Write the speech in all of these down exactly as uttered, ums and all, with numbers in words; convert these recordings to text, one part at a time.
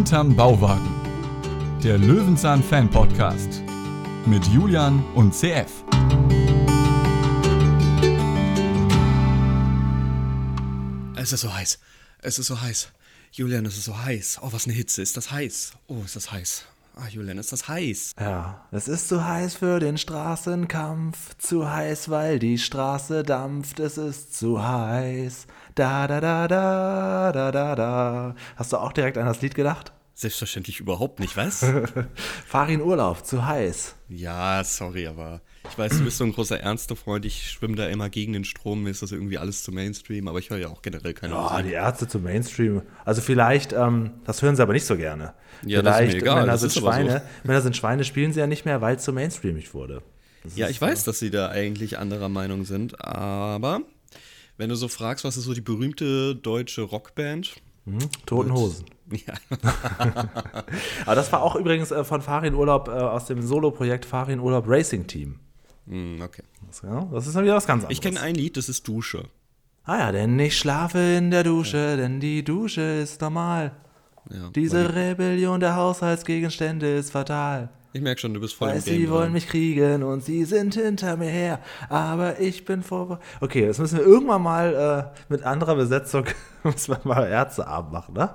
Hinterm Bauwagen. Der Löwenzahn-Fan-Podcast mit Julian und C F. Es ist so heiß. Es ist so heiß. Julian, es ist so heiß. Oh, was eine Hitze. Ist das heiß? Oh, ist das heiß. Ah, Julian, ist das heiß? Ja, es ist zu heiß für den Straßenkampf. Zu heiß, weil die Straße dampft. Es ist zu heiß. Da, da, da, da, da, da, da. Hast du auch direkt an das Lied gedacht? Selbstverständlich überhaupt nicht, was? Fahr in Urlaub, zu heiß. Ja, sorry, aber ich weiß, du bist so ein großer Ärztefreund. Ich schwimme da immer gegen den Strom. Mir ist das irgendwie alles zu Mainstream, aber ich höre ja auch generell keine Ja, Musik. die Ärzte zu Mainstream. Also vielleicht, ähm, das hören sie aber nicht so gerne. Ja, das ist vielleicht, mir egal, Männer das sind ist aber Schweine, so. Männer sind Schweine, spielen sie ja nicht mehr, weil es so mainstreamig wurde. Das Ja, ist, ich weiß, dass sie da eigentlich anderer Meinung sind, aber wenn du so fragst, was ist so die berühmte deutsche Rockband? Hm, Toten Hosen. Ja. Aber das war auch übrigens äh, von Farin Urlaub äh, aus dem Solo-Projekt Farin Urlaub Racing Team. Hm, okay. Das, ja, das ist dann wieder was ganz anderes. Ich kenne ein Lied, das ist Dusche. Ah ja, denn ich schlafe in der Dusche, ja. Denn die Dusche ist normal. Ja, Diese Rebellion der Haushaltsgegenstände ist fatal. Ich merke schon, du bist voll Weil im Game sie wollen dran. mich kriegen und sie sind hinter mir her, aber ich bin vor... Okay, das müssen wir irgendwann mal äh, mit anderer Besetzung, müssen wir mal Ärzteabend machen, ne?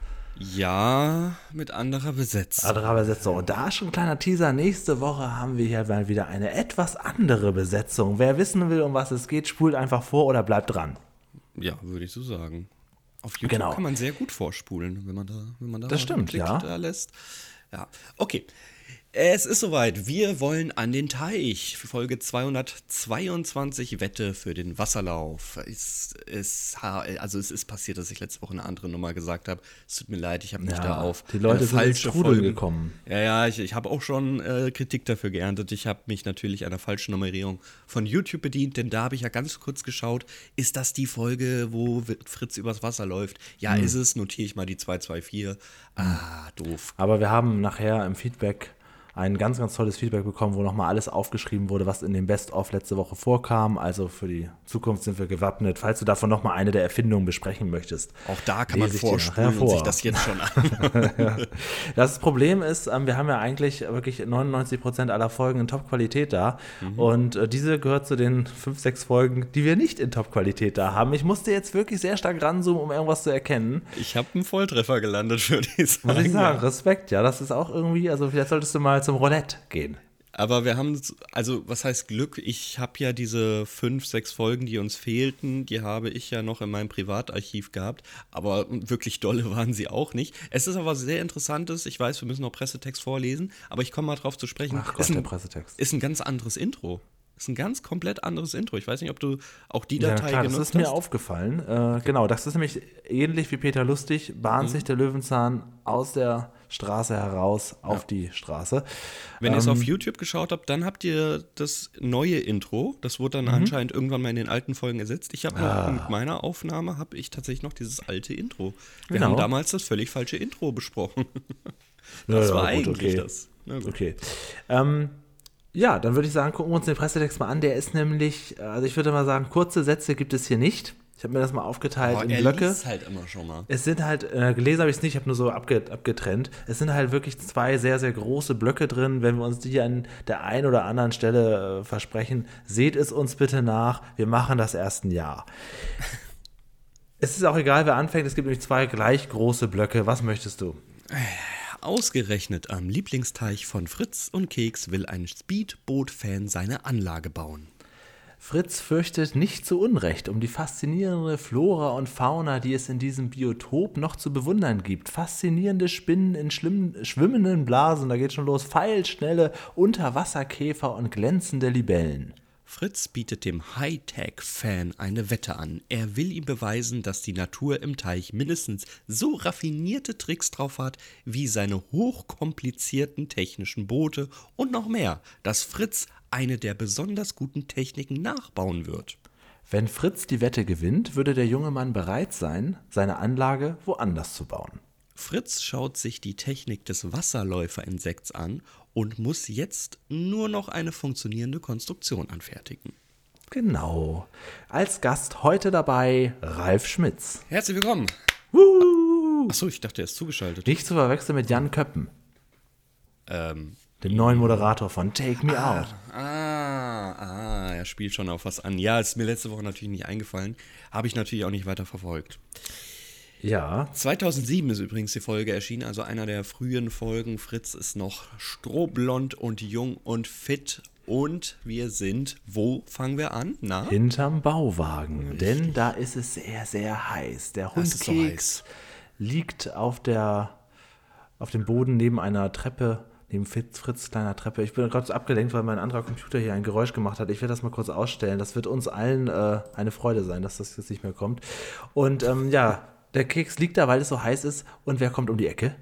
Ja, mit anderer Besetzung. Anderer Besetzung. Und da ist schon ein kleiner Teaser. Nächste Woche haben wir hier mal wieder eine etwas andere Besetzung. Wer wissen will, um was es geht, spult einfach vor oder bleibt dran. Ja, würde ich so sagen. Auf YouTube Genau. kann man sehr gut vorspulen, wenn man da, wenn man da Das stimmt, Klick ja. da lässt. Ja, okay. Es ist soweit. Wir wollen an den Teich. Folge zweihundertzweiundzwanzig, Wette für den Wasserlauf. Es, es, also es ist passiert, dass ich letzte Woche eine andere Nummer gesagt habe. Es tut mir leid, ich habe mich Ja, da auf die Leute eine sind ins falsche Trudeln Folge gekommen. Ja, ja, ich, ich habe auch schon äh, Kritik dafür geerntet. Ich habe mich natürlich einer falschen Nummerierung von YouTube bedient, denn da habe ich ja ganz kurz geschaut, ist das die Folge, wo Fritz übers Wasser läuft? Ja, Hm. ist es. Notiere ich mal die zwei zwei vier. Ah, doof. Aber wir haben nachher im Feedback ein ganz, ganz tolles Feedback bekommen, wo nochmal alles aufgeschrieben wurde, was in dem Best-of letzte Woche vorkam. Also für die Zukunft sind wir gewappnet. Falls du davon nochmal eine der Erfindungen besprechen möchtest. Auch da kann man lese ich dir vorspulen nachher und sich vor. das jetzt schon an. Ja. Das Problem ist, ähm, wir haben ja eigentlich wirklich neunundneunzig Prozent aller Folgen in Top-Qualität da. Mhm. Und äh, diese gehört zu den fünf, sechs Folgen, die wir nicht in Top-Qualität da haben. Ich musste jetzt wirklich sehr stark ranzoomen, um irgendwas zu erkennen. Ich habe einen Volltreffer gelandet, würde ich sagen. Muss ich sagen, Respekt, ja. Das ist auch irgendwie, also vielleicht solltest du mal zum Roulette gehen. Aber wir haben, also was heißt Glück? Ich habe ja diese fünf, sechs Folgen, die uns fehlten, die habe ich ja noch in meinem Privatarchiv gehabt. Aber wirklich dolle waren sie auch nicht. Es ist aber was sehr Interessantes. Ich weiß, wir müssen noch Pressetext vorlesen, aber ich komme mal drauf zu sprechen. Ach Gott, ist ein, der Pressetext. Ist ein ganz anderes Intro. Ist ein ganz komplett anderes Intro. Ich weiß nicht, ob du auch die Ja, Datei klar, genutzt das ist mir hast. aufgefallen. Äh, genau, das ist nämlich ähnlich wie Peter Lustig, bahnt Mhm. sich der Löwenzahn aus der Straße heraus auf Ja. die Straße. Wenn ihr es Ähm, auf YouTube geschaut habt, dann habt ihr das neue Intro. Das wurde Mhm. dann anscheinend irgendwann mal in den alten Folgen ersetzt. Ich habe Ah. noch mit meiner Aufnahme habe ich tatsächlich noch dieses alte Intro. Wir Genau. haben damals das völlig falsche Intro besprochen. Ja, Das ja, war gut, eigentlich okay. das. Na gut. Okay. Ähm, ja, dann würde ich sagen, gucken wir uns den Pressetext mal an. Der ist nämlich, also ich würde mal sagen, kurze Sätze gibt es hier nicht. Ich habe mir das mal aufgeteilt Oh, in er Blöcke. liest halt immer schon mal. Es sind halt, äh, gelesen habe ich es nicht, ich habe nur so abge, abgetrennt. Es sind halt wirklich zwei sehr, sehr große Blöcke drin. Wenn wir uns die an der einen oder anderen Stelle äh, versprechen, seht es uns bitte nach. Wir machen das erst ein Jahr. Es ist auch egal, wer anfängt. Es gibt nämlich zwei gleich große Blöcke. Was möchtest du? Ausgerechnet am Lieblingsteich von Fritz und Keks will ein Speedboot-Fan seine Anlage bauen. Fritz fürchtet nicht zu Unrecht um die faszinierende Flora und Fauna, die es in diesem Biotop noch zu bewundern gibt. Faszinierende Spinnen in schlimm, schwimmenden Blasen, da geht schon los, pfeilschnelle Unterwasserkäfer und glänzende Libellen. Fritz bietet dem Hightech-Fan eine Wette an. Er will ihm beweisen, dass die Natur im Teich mindestens so raffinierte Tricks drauf hat, wie seine hochkomplizierten technischen Boote und noch mehr, dass Fritz eine der besonders guten Techniken nachbauen wird. Wenn Fritz die Wette gewinnt, würde der junge Mann bereit sein, seine Anlage woanders zu bauen. Fritz schaut sich die Technik des Wasserläuferinsekts an und muss jetzt nur noch eine funktionierende Konstruktion anfertigen. Genau. Als Gast heute dabei Ralf Schmitz. Herzlich willkommen. Woo! Achso, ich dachte, er ist zugeschaltet. Nicht zu verwechseln mit Jan Köppen, Ähm, dem neuen Moderator von Take Me Out. ah, ah, er spielt schon auf was an. Ja, ist mir letzte Woche natürlich nicht eingefallen. Habe ich natürlich auch nicht weiter verfolgt. Ja, zweitausendsieben ist übrigens die Folge erschienen, also einer der frühen Folgen. Fritz ist noch strohblond und jung und fit. Und wir sind, wo fangen wir an? Na? hinterm Bauwagen, denn da ist es sehr, sehr heiß. Der Hund Das ist so Keks liegt auf, der, auf dem Boden neben einer Treppe, neben Fritz, Fritz kleiner Treppe. Ich bin gerade so abgelenkt, weil mein anderer Computer hier ein Geräusch gemacht hat. Ich werde das mal kurz ausstellen. Das wird uns allen äh, eine Freude sein, dass das jetzt nicht mehr kommt. Und ähm, ja, der Keks liegt da, weil es so heiß ist. Und wer kommt um die Ecke?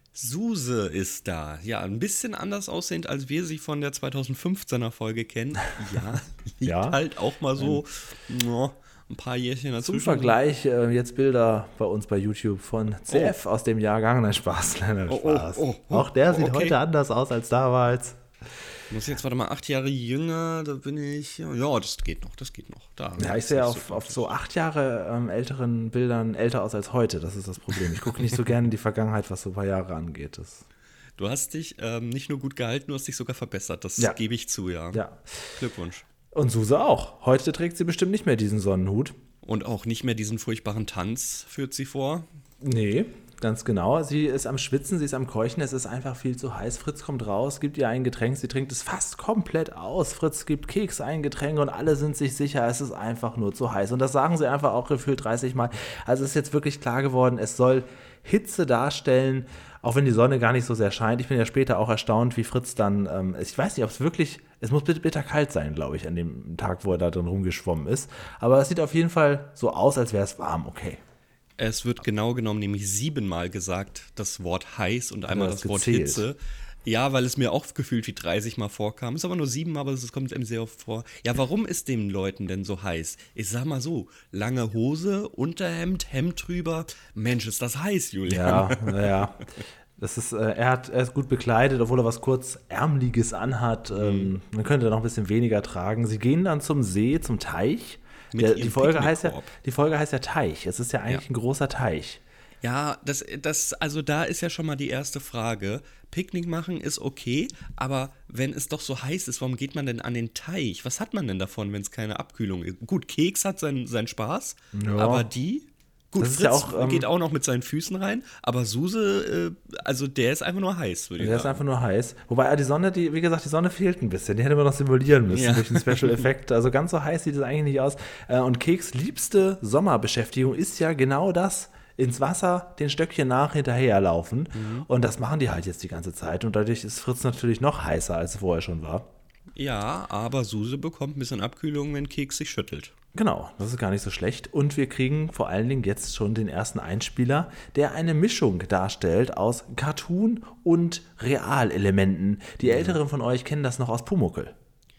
Suse ist da. Ja, ein bisschen anders aussehend, als wir sie von der zweitausendfünfzehner Folge kennen. Ja, liegt Ja. halt auch mal so no, ein paar Jährchen Zum dazwischen. Vergleich äh, jetzt Bilder bei uns bei YouTube von C F aus dem Jahrgang. Nein, Spaß, nein, Oh, oh, Spaß. oh, oh, Auch der sieht okay. heute anders aus als damals. Muss jetzt, warte mal, acht Jahre jünger, da bin ich, ja, das geht noch, das geht noch. Da Ja, ich ist sehe nicht auf, so auf so acht Jahre ähm, älteren Bildern älter aus als heute. Das ist das Problem. Ich gucke nicht so gerne in die Vergangenheit, was so ein paar Jahre angeht. Das, Du hast dich ähm, nicht nur gut gehalten, du hast dich sogar verbessert, das Ja. gebe ich zu, ja. ja. Glückwunsch. Und Suse auch. Heute trägt sie bestimmt nicht mehr diesen Sonnenhut. Und auch nicht mehr diesen furchtbaren Tanz führt sie vor. Nee, ganz genau. Sie ist am Schwitzen, sie ist am Keuchen. Es ist einfach viel zu heiß. Fritz kommt raus, gibt ihr ein Getränk. Sie trinkt es fast komplett aus. Fritz gibt Keks ein Getränk und alle sind sich sicher, es ist einfach nur zu heiß. Und das sagen sie einfach auch gefühlt dreißig Mal. Also es ist jetzt wirklich klar geworden, es soll Hitze darstellen, auch wenn die Sonne gar nicht so sehr scheint. Ich bin ja später auch erstaunt, wie Fritz dann, ähm, ich weiß nicht, ob es wirklich, es muss bitter, bitter kalt sein, glaube ich, an dem Tag, wo er da drin rumgeschwommen ist. Aber es sieht auf jeden Fall so aus, als wäre es warm, okay. Es wird genau genommen nämlich siebenmal gesagt, das Wort heiß und einmal hast das Wort gezählt. Hitze. Ja, weil es mir auch gefühlt wie dreißig Mal vorkam. Ist aber nur siebenmal, aber es kommt einem sehr oft vor. Ja, warum ist den Leuten denn so heiß? Ich sag mal so, lange Hose, Unterhemd, Hemd drüber. Mensch, ist das heiß, Julian. Ja, naja. Das ist, äh, er, hat, er ist gut bekleidet, obwohl er was kurz Ärmliches anhat. Ähm, man könnte noch ein bisschen weniger tragen. Sie gehen dann zum See, zum Teich. Mit Der, ihrem die, Folge heißt ja, Picknickkorb. die Folge heißt ja Teich. Es ist ja eigentlich Ja. ein großer Teich. Ja, das, das, also da ist ja schon mal die erste Frage. Picknick machen ist okay, aber wenn es doch so heiß ist, warum geht man denn an den Teich? Was hat man denn davon, wenn es keine Abkühlung ist? Gut, Keks hat seinen, seinen Spaß, Ja. aber die? Gut, Das ist Fritz ja auch, ähm, geht auch noch mit seinen Füßen rein, aber Suse, äh, also der ist einfach nur heiß, würde ich Der ist sagen. einfach nur heiß. Wobei die Sonne, die, wie gesagt, die Sonne fehlt ein bisschen. Die hätte man noch simulieren müssen Ja. durch einen Special-Effekt. Also ganz so heiß sieht es eigentlich nicht aus. Äh, Und Keks liebste Sommerbeschäftigung ist ja genau das. Ins Wasser, den Stöckchen nach, hinterherlaufen. Mhm. Und das machen die halt jetzt die ganze Zeit. Und dadurch ist Fritz natürlich noch heißer, als es vorher schon war. Ja, aber Suse bekommt ein bisschen Abkühlung, wenn Keks sich schüttelt. Genau, das ist gar nicht so schlecht. Und wir kriegen vor allen Dingen jetzt schon den ersten Einspieler, der eine Mischung darstellt aus Cartoon und Realelementen. Die Älteren von euch kennen das noch aus Pumuckl.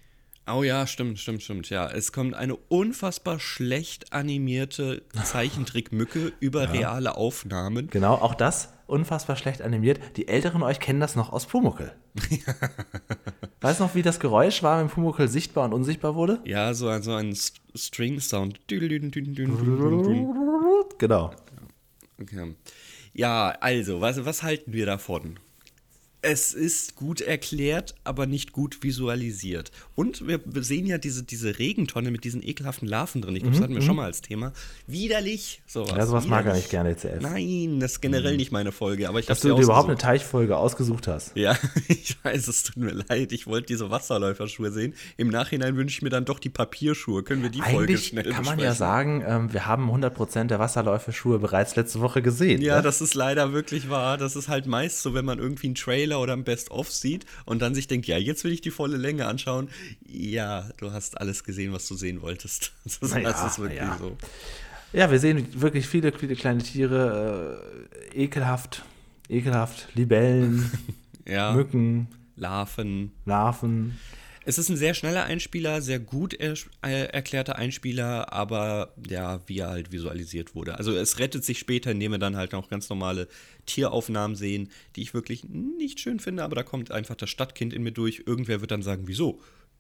Oh ja, stimmt, stimmt, stimmt. Ja, es kommt eine unfassbar schlecht animierte Zeichentrickmücke über reale Aufnahmen. Genau, auch das unfassbar schlecht animiert. Die Älteren euch kennen das noch aus Pumuckl. Weißt du noch, wie das Geräusch war, wenn Pumuckl sichtbar und unsichtbar wurde? Ja, so ein, so ein St- String-Sound. Genau. Okay. Ja, also, was, was halten wir davon? Es ist gut erklärt, aber nicht gut visualisiert. Und wir sehen ja diese, diese Regentonne mit diesen ekelhaften Larven drin. Ich glaube, das hatten wir schon mal als Thema. Widerlich. Sowas. Ja, sowas mag er Widerlich. nicht gerne, C F. Nein, das ist generell nicht meine Folge. Aber ich Dass habe du dir überhaupt eine Teichfolge ausgesucht hast. Ja, ich weiß, es tut mir leid. Ich wollte diese Wasserläuferschuhe sehen. Im Nachhinein wünsche ich mir dann doch die Papierschuhe. Können wir die Folge Eigentlich schnell kann man besprechen? ja sagen, ähm, wir haben hundert Prozent der Wasserläuferschuhe bereits letzte Woche gesehen. Ja, ne? das ist leider wirklich wahr. Das ist halt meist so, wenn man irgendwie einen Trailer oder ein Best-of sieht und dann sich denkt, ja, jetzt will ich die volle Länge anschauen. Ja, du hast alles gesehen, was du sehen wolltest. Das ist, Na ja, das ist wirklich na ja. so. Ja, wir sehen wirklich viele, viele kleine Tiere. Äh, ekelhaft, ekelhaft. Libellen, Ja, Mücken, Larven. Larven. Es ist ein sehr schneller Einspieler, sehr gut er, äh, erklärter Einspieler, aber ja, wie er halt visualisiert wurde. Also es rettet sich später, indem wir dann halt auch ganz normale Tieraufnahmen sehen, die ich wirklich nicht schön finde, aber da kommt einfach das Stadtkind in mir durch. Irgendwer wird dann sagen, wieso?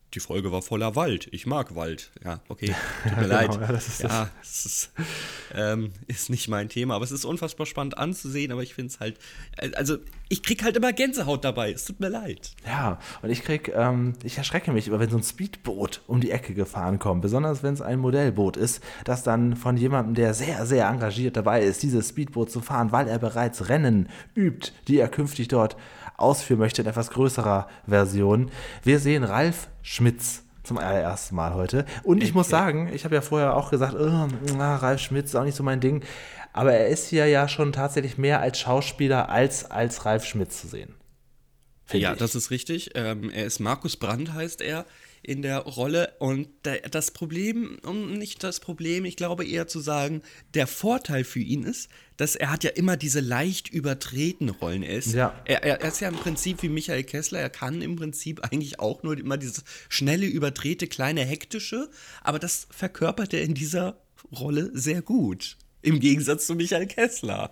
die Folge war voller Wald. Ich mag Wald. Ja, okay, tut mir leid. Genau, ja, das ist ja, es ist, ähm, ist nicht mein Thema, aber es ist unfassbar spannend anzusehen, aber ich finde es halt, also ich krieg halt immer Gänsehaut dabei, es tut mir leid. Ja, und ich krieg, ähm, ich erschrecke mich immer, wenn so ein Speedboot um die Ecke gefahren kommt, besonders wenn es ein Modellboot ist, das dann von jemandem, der sehr, sehr engagiert dabei ist, dieses Speedboot zu fahren, weil er bereits Rennen übt, die er künftig dort ausführen möchte in etwas größerer Version. Wir sehen Ralf Schmitz zum allerersten Mal heute. Und ich okay. muss sagen, ich habe ja vorher auch gesagt, oh, na, Ralf Schmitz ist auch nicht so mein Ding. Aber er ist hier ja schon tatsächlich mehr als Schauspieler als als Ralf Schmitz zu sehen. Ja, ich. das ist richtig. Ähm, er ist Markus Brandt, heißt er, in der Rolle. Und der, das Problem, und nicht das Problem, ich glaube eher zu sagen, der Vorteil für ihn ist, dass er hat ja immer diese leicht übertreten Rollen. Er ist, ja. er, er ist ja im Prinzip wie Michael Kessler, er kann im Prinzip eigentlich auch nur immer dieses schnelle, übertrete, kleine, hektische, aber das verkörpert er in dieser Rolle sehr gut. Im Gegensatz zu Michael Kessler.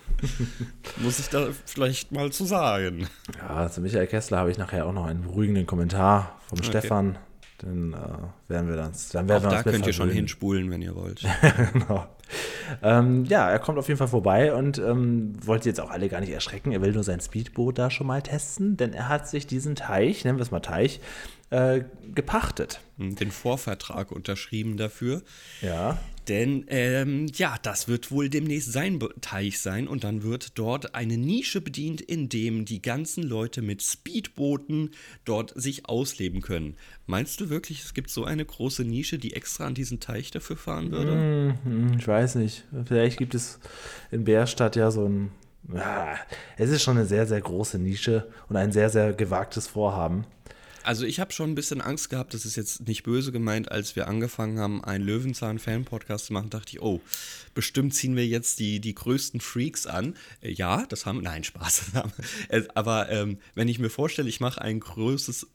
Muss ich da vielleicht mal zu sagen. Ja, zu Michael Kessler habe ich nachher auch noch einen beruhigenden Kommentar vom okay. Stefan. Dann äh, werden wir das. Dann werden auch wir da könnt ihr schon hinspulen, wenn ihr wollt. Genau. Ähm, ja, er kommt auf jeden Fall vorbei und ähm, wollte jetzt auch alle gar nicht erschrecken. Er will nur sein Speedboot da schon mal testen, denn er hat sich diesen Teich, nennen wir es mal Teich, äh, gepachtet. Den Vorvertrag unterschrieben dafür. Ja. Denn, ähm, ja, das wird wohl demnächst sein Teich sein und dann wird dort eine Nische bedient, in dem die ganzen Leute mit Speedbooten dort sich ausleben können. Meinst du wirklich, es gibt so eine große Nische, die extra an diesen Teich dafür fahren würde? Ich weiß nicht. Vielleicht gibt es in Bärstadt ja so ein... Ja, es ist schon eine sehr, sehr große Nische und ein sehr, sehr gewagtes Vorhaben. Also ich habe schon ein bisschen Angst gehabt, das ist jetzt nicht böse gemeint, als wir angefangen haben, einen Löwenzahn-Fan-Podcast zu machen, dachte ich, oh, bestimmt ziehen wir jetzt die, die größten Freaks an. Äh, ja, das haben, nein, Spaß. Aber ähm, wenn ich mir vorstelle, ich mache ein größtes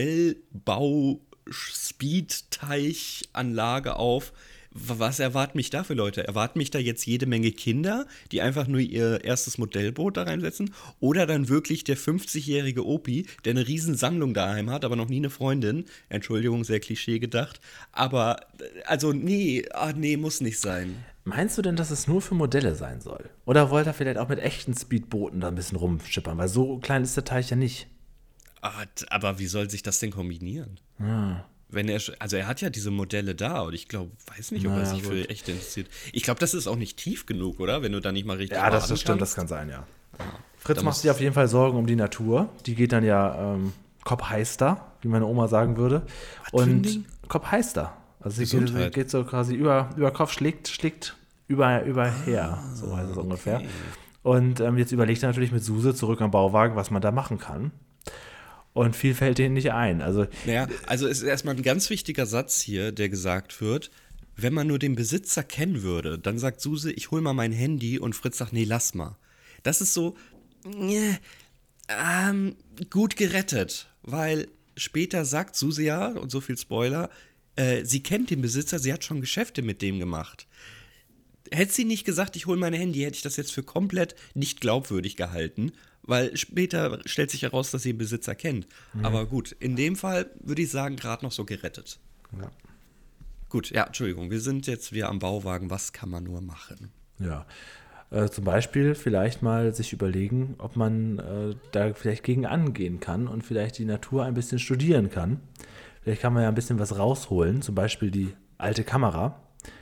Modellbau-Speed-Teich-Anlage auf, was erwarten mich da für Leute? Erwarten mich da jetzt jede Menge Kinder, die einfach nur ihr erstes Modellboot da reinsetzen? Oder dann wirklich der fünfzigjährige Opi, der eine riesen Sammlung daheim hat, aber noch nie eine Freundin? Entschuldigung, sehr Klischee gedacht. Aber, also nee, ah, nee, muss nicht sein. Meinst du denn, dass es nur für Modelle sein soll? Oder wollte er vielleicht auch mit echten Speedbooten da ein bisschen rumschippern? Weil so klein ist der Teich ja nicht. Ah, aber wie soll sich das denn kombinieren? Ah. Wenn er, also er hat ja diese Modelle da und ich glaube, weiß nicht, ob naja, er sich gut. für echt interessiert. Ich glaube, das ist auch nicht tief genug, oder? Wenn du da nicht mal richtig Ja, das, das stimmt, kannst. das kann sein, ja. ja. Fritz macht sich auf jeden Fall Sorgen um die Natur. Die geht dann ja ähm, Kopf heister, wie meine Oma sagen würde. Was und Kopf heister. Also sie geht, geht so quasi über, über Kopf, schlägt, schlägt über, überher, ah, so heißt es okay. ungefähr. Und ähm, jetzt überlegt er natürlich mit Suse zurück am Bauwagen, was man da machen kann. Und viel fällt denen nicht ein. Also, naja, also es ist erstmal ein ganz wichtiger Satz hier, der gesagt wird, wenn man nur den Besitzer kennen würde, dann sagt Suse, ich hol mal mein Handy und Fritz sagt, nee, lass mal. Das ist so, äh, ähm, gut gerettet, weil später sagt Suse ja, und so viel Spoiler, äh, sie kennt den Besitzer, sie hat schon Geschäfte mit dem gemacht. Hätte sie nicht gesagt, ich hol mein Handy, hätte ich das jetzt für komplett nicht glaubwürdig gehalten. Weil später stellt sich heraus, dass sie den Besitzer kennt. Mhm. Aber gut, in dem Fall würde ich sagen, gerade noch so gerettet. Ja. Gut, ja, Entschuldigung, wir sind jetzt wieder am Bauwagen. Was kann man nur machen? Ja, äh, zum Beispiel vielleicht mal sich überlegen, ob man äh, da vielleicht gegen angehen kann und vielleicht die Natur ein bisschen studieren kann. Vielleicht kann man ja ein bisschen was rausholen, zum Beispiel die alte Kamera.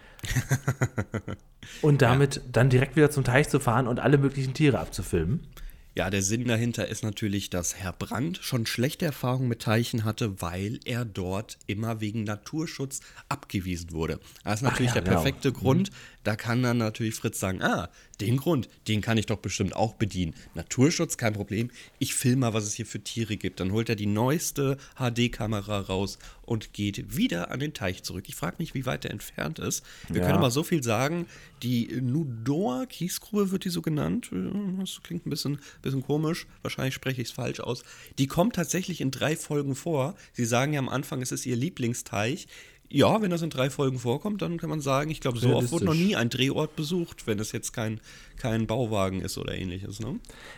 und damit ja. dann direkt wieder zum Teich zu fahren und alle möglichen Tiere abzufilmen. Ja, der Sinn dahinter ist natürlich, dass Herr Brandt schon schlechte Erfahrungen mit Teichen hatte, weil er dort immer wegen Naturschutz abgewiesen wurde. Das ist natürlich ja, der perfekte genau. Grund. Da kann dann natürlich Fritz sagen, ah, den Grund, den kann ich doch bestimmt auch bedienen. Naturschutz, kein Problem. Ich filme mal, was es hier für Tiere gibt. Dann holt er die neueste H D-Kamera raus und geht wieder an den Teich zurück. Ich frage mich, wie weit er entfernt ist. Wir ja. können aber so viel sagen, die Nudoa Kiesgrube wird die so genannt. Das klingt ein bisschen, bisschen komisch. Wahrscheinlich spreche ich es falsch aus. Die kommt tatsächlich in drei Folgen vor. Sie sagen ja am Anfang, es ist ihr Lieblingsteich. Ja, wenn das in drei Folgen vorkommt, dann kann man sagen, ich glaube, so oft wurde noch nie ein Drehort besucht, wenn es jetzt kein, kein Bauwagen ist oder ähnliches. Ne?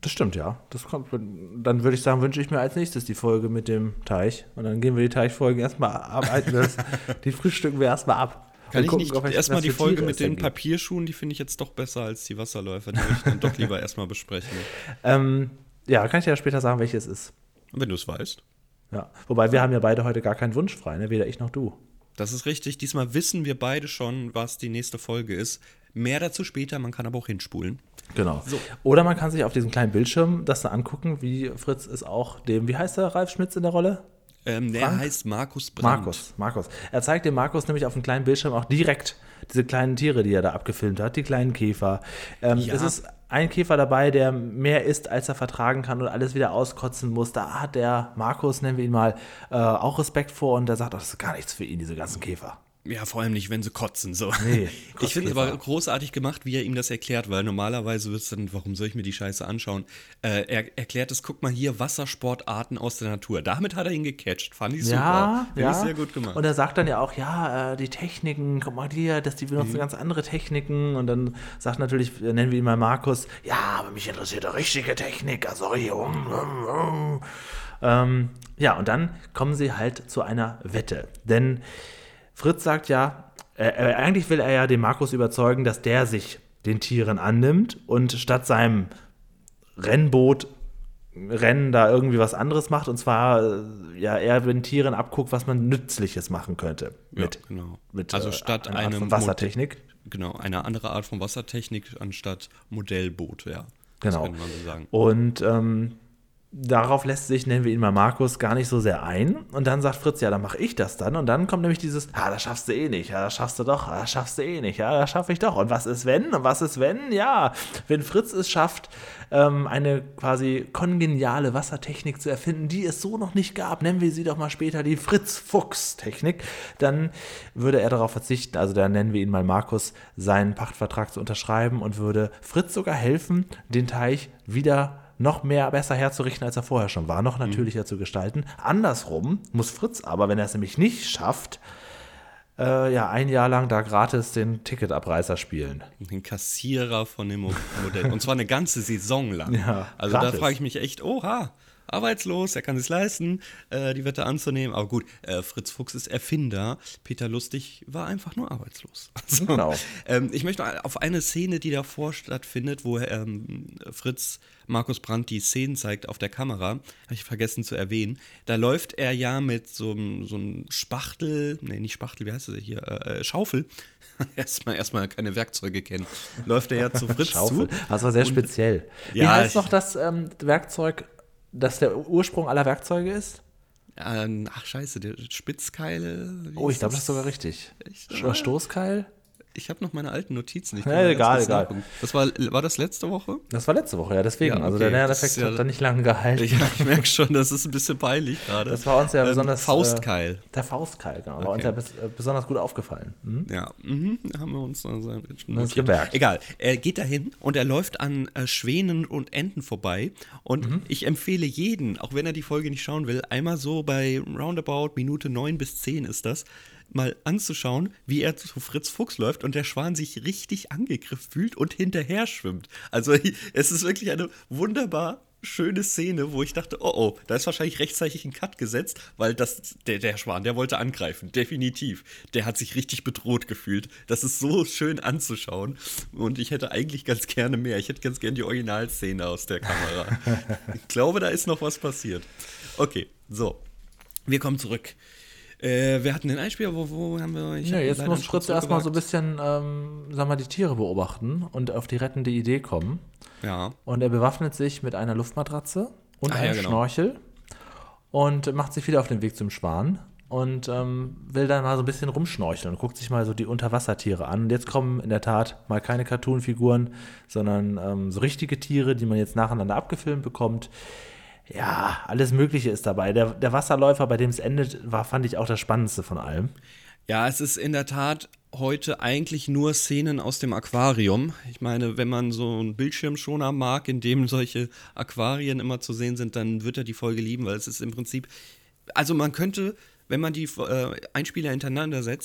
Das stimmt, ja. Das kommt, dann würde ich sagen, wünsche ich mir als nächstes die Folge mit dem Teich. Und dann gehen wir die Teichfolgen erstmal ab. Das, die frühstücken wir erstmal ab. Kann ich gucken, nicht erstmal die Folge Tiere mit den gibt. Papierschuhen, die finde ich jetzt doch besser als die Wasserläufer. Die würde ich dann doch lieber erstmal besprechen. Ähm, ja, kann ich dir ja später sagen, welches es ist. Wenn du es weißt. Ja. Wobei wir haben ja beide heute gar keinen Wunsch frei, ne? Weder ich noch du. Das ist richtig. Diesmal wissen wir beide schon, was die nächste Folge ist. Mehr dazu später, man kann aber auch hinspulen. Genau. So. Oder man kann sich auf diesem kleinen Bildschirm das dann angucken, wie Fritz es auch dem, wie heißt der Ralf Schmitz in der Rolle? Ähm, der Frank? heißt Markus Brandt. Markus, Markus. Er zeigt dem Markus nämlich auf dem kleinen Bildschirm auch direkt diese kleinen Tiere, die er da abgefilmt hat, die kleinen Käfer. Ähm, Ja. Es ist ein Käfer dabei, der mehr isst, als er vertragen kann und alles wieder auskotzen muss. Da hat der Markus, nennen wir ihn mal, äh, auch Respekt vor und der sagt, oh, das ist gar nichts für ihn, diese ganzen Käfer. Ja, vor allem nicht, wenn sie kotzen. So. Nee, ich finde es Kotzkäfer. aber großartig gemacht, wie er ihm das erklärt, weil normalerweise wird es dann, warum soll ich mir die Scheiße anschauen? Äh, er erklärt es, guck mal hier, Wassersportarten aus der Natur. Damit hat er ihn gecatcht. Fand ich super. Ja, Finde ja. ich sehr gut gemacht. Und er sagt dann ja auch, ja, äh, die Techniken, guck mal hier, dass die benutzen Mhm. ganz andere Techniken. Und dann sagt natürlich, äh, nennen wir ihn mal Markus, ja, aber mich interessiert eine richtige Technik. Also hier, um, um, um. Ähm, ja, und dann kommen sie halt zu einer Wette. Denn Fritz sagt ja, äh, äh, eigentlich will er ja den Markus überzeugen, dass der sich den Tieren annimmt und statt seinem Rennboot Rennen da irgendwie was anderes macht. Und zwar, äh, ja, er den Tieren abguckt, was man Nützliches machen könnte. Mit, ja, genau. mit also äh, statt einer Art einem von Wassertechnik. Genau, eine andere Art von Wassertechnik anstatt Modellboot, ja. Genau. Das kann man so sagen. Und ähm, darauf lässt sich, nennen wir ihn mal Markus, gar nicht so sehr ein. Und dann sagt Fritz, ja, dann mache ich das dann. Und dann kommt nämlich dieses, ah, das schaffst du eh nicht, ja, das schaffst du doch, ah, das schaffst du eh nicht, ja, das schaffe ich doch. Und was ist wenn? Und was ist wenn? Ja, wenn Fritz es schafft, ähm, eine quasi kongeniale Wassertechnik zu erfinden, die es so noch nicht gab, nennen wir sie doch mal später die Fritz-Fuchs-Technik, dann würde er darauf verzichten, also dann nennen wir ihn mal Markus, seinen Pachtvertrag zu unterschreiben und würde Fritz sogar helfen, den Teich wieder noch mehr besser herzurichten, als er vorher schon war, noch natürlicher mhm. zu gestalten. Andersrum muss Fritz aber, wenn er es nämlich nicht schafft, äh, ja, ein Jahr lang da gratis den Ticketabreißer spielen. Den Kassierer von dem Modell. Und zwar eine ganze Saison lang. Ja, also gratis. Da frage ich mich echt, oha, arbeitslos, er kann es leisten, äh, die Wette anzunehmen. Aber gut, äh, Fritz Fuchs ist Erfinder. Peter Lustig war einfach nur arbeitslos. Also, Genau. Ähm, ich möchte auf eine Szene, die davor stattfindet, wo ähm, Fritz Markus Brandt die Szenen zeigt auf der Kamera, habe ich vergessen zu erwähnen. Da läuft er ja mit so einem so einem Spachtel, nee, nicht Spachtel, wie heißt das hier, äh, Schaufel. erstmal, erstmal keine Werkzeuge kennen. Läuft er ja zu Fritz Schaufel. zu. Das war sehr Und, speziell. Wie ja, heißt ich- noch das ähm, Werkzeug, das der Ursprung aller Werkzeuge ist? Ähm, ach scheiße, der Spitzkeile. wie Oh, ich ist glaube, das ist sogar richtig. Echt? Sto- Stoßkeil? Ich habe noch meine alten Notizen. Ich Ja, kann mal ganz egal, kurz egal. nachgucken. Das war, war das letzte Woche? Das war letzte Woche, ja, deswegen. Ja, Also okay, der das Lerneffekt ist ja- hat da nicht lange gehalten. Ja, ich merke schon, das ist ein bisschen peinlich gerade. Das war uns ja Ähm, besonders. Faustkeil. Äh, der Faustkeil, genau. War Okay. uns ja bes äh, besonders gut aufgefallen. Mhm. Ja, mhm, haben wir uns also notiert. gemerkt. Egal, er geht dahin und er läuft an äh, Schwänen und Enten vorbei und Mhm. ich empfehle jeden, auch wenn er die Folge nicht schauen will, einmal so bei roundabout Minute neun bis zehn ist das, mal anzuschauen, wie er zu Fritz Fuchs läuft und der Schwan sich richtig angegriffen fühlt und hinterher schwimmt. Also es ist wirklich eine wunderbar schöne Szene, wo ich dachte, oh oh, da ist wahrscheinlich rechtzeitig ein Cut gesetzt, weil das, der, der Schwan, der wollte angreifen, definitiv. Der hat sich richtig bedroht gefühlt. Das ist so schön anzuschauen und ich hätte eigentlich ganz gerne mehr. Ich hätte ganz gerne die Originalszene aus der Kamera. Ich glaube, da ist noch was passiert. Okay, so. Wir kommen zurück. Äh, wir hatten den Einspieler, wo, wo haben wir... Ich Ja, hab jetzt leider muss einen Fritz Schritt erstmal so ein zurückgewagt. bisschen, ähm, sag mal, die Tiere beobachten und auf die rettende Idee kommen. Ja. Und er bewaffnet sich mit einer Luftmatratze und Ah, einem ja, genau. Schnorchel und macht sich wieder auf den Weg zum Schwan und ähm, will dann mal so ein bisschen rumschnorcheln und guckt sich mal so die Unterwassertiere an. Und jetzt kommen in der Tat mal keine Cartoon-Figuren, sondern ähm, so richtige Tiere, die man jetzt nacheinander abgefilmt bekommt. Ja, alles Mögliche ist dabei. Der, der Wasserläufer, bei dem es endet, war, fand ich auch das Spannendste von allem. Ja, es ist in der Tat heute eigentlich nur Szenen aus dem Aquarium. Ich meine, wenn man so einen Bildschirmschoner mag, in dem solche Aquarien immer zu sehen sind, dann wird er die Folge lieben, weil es ist im Prinzip, also man könnte, wenn man die äh, Einspieler hintereinander setzt,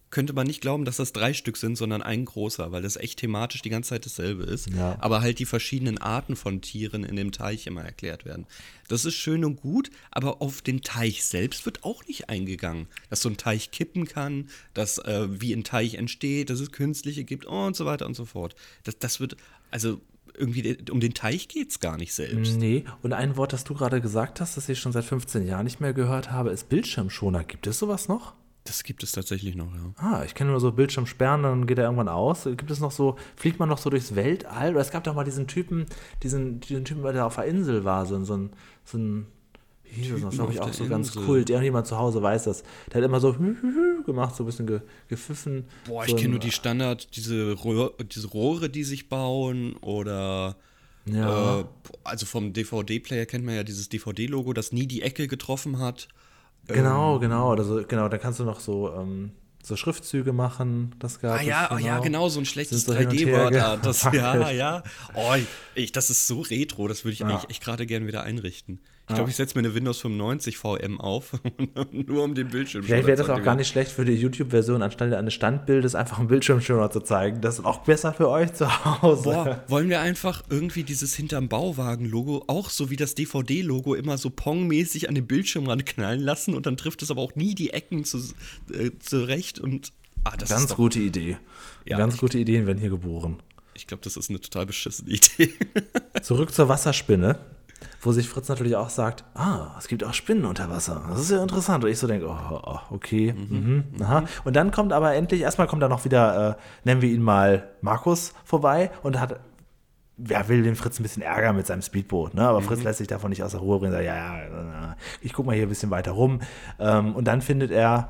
könnte man nicht glauben, dass das drei Stück sind, sondern ein großer, weil das echt thematisch die ganze Zeit dasselbe ist. Ja. Aber halt die verschiedenen Arten von Tieren in dem Teich immer erklärt werden. Das ist schön und gut, aber auf den Teich selbst wird auch nicht eingegangen. Dass so ein Teich kippen kann, dass äh, wie ein Teich entsteht, dass es künstliche gibt und so weiter und so fort. Das, das wird, also irgendwie um den Teich geht es gar nicht selbst. Nee, und ein Wort, das du gerade gesagt hast, das ich schon seit fünfzehn Jahren nicht mehr gehört habe, ist Bildschirmschoner. Gibt es sowas noch? Das gibt es tatsächlich noch, ja. Ah, ich kenne nur so Bildschirm sperren, dann geht er irgendwann aus. Gibt es noch so, fliegt man noch so durchs Weltall? Oder es gab doch mal diesen Typen, diesen, diesen Typen, der auf der Insel war, so, ein- so ein, so ein, wie hieß das noch, glaube ich, auf auch der so ganz Insel. Kult. Irgendjemand zu Hause weiß das. Der hat immer so hü, hü, hü gemacht, so ein bisschen ge, gepfiffen. Boah, so ich kenne ein- nur die Standard, diese, Rohr, diese Rohre, die sich bauen oder Ja. äh, also vom D V D-Player kennt man ja dieses D V D-Logo, das nie die Ecke getroffen hat. Genau, genau. Also, genau, da kannst du noch so, ähm, so Schriftzüge machen. Das gab Ah ja, es, oh ja, genau, so ein schlechtes Sind so hin drei und her D-Word. Das, ja, gewackelt. ja. Oh, ich, das ist so retro, das würde ich Ja. eigentlich echt gerade gerne wieder einrichten. Ich Ja. glaube, ich setze mir eine Windows fünfundneunzig V M auf, nur um den Bildschirm Vielleicht wäre das auch gar nicht schlecht für die YouTube-Version, anstelle eines Standbildes einfach einen Bildschirmschoner zu zeigen. Das ist auch besser für euch zu Hause. Boah, wollen wir einfach irgendwie dieses hinterm Bauwagen-Logo auch so wie das D V D-Logo immer so Pong-mäßig an den Bildschirmrand knallen lassen und dann trifft es aber auch nie die Ecken zu, äh, zurecht und ah, das Ganz ist doch, gute Idee. Ja, Ganz ich- gute Ideen werden hier geboren. ich glaube, das ist eine total beschissene Idee. Zurück zur Wasserspinne, wo sich Fritz natürlich auch sagt, ah, es gibt auch Spinnen unter Wasser. Das ist ja interessant. Und ich so denke, oh, oh, okay. Mhm, aha. Und dann kommt aber endlich, erstmal kommt da noch wieder, äh, nennen wir ihn mal Markus vorbei und hat, wer will den Fritz ein bisschen ärgern mit seinem Speedboot, ne? Aber Fritz lässt sich davon nicht aus der Ruhe bringen, sagt, ja, ja, äh, ich guck mal hier ein bisschen weiter rum. Ähm, und dann findet er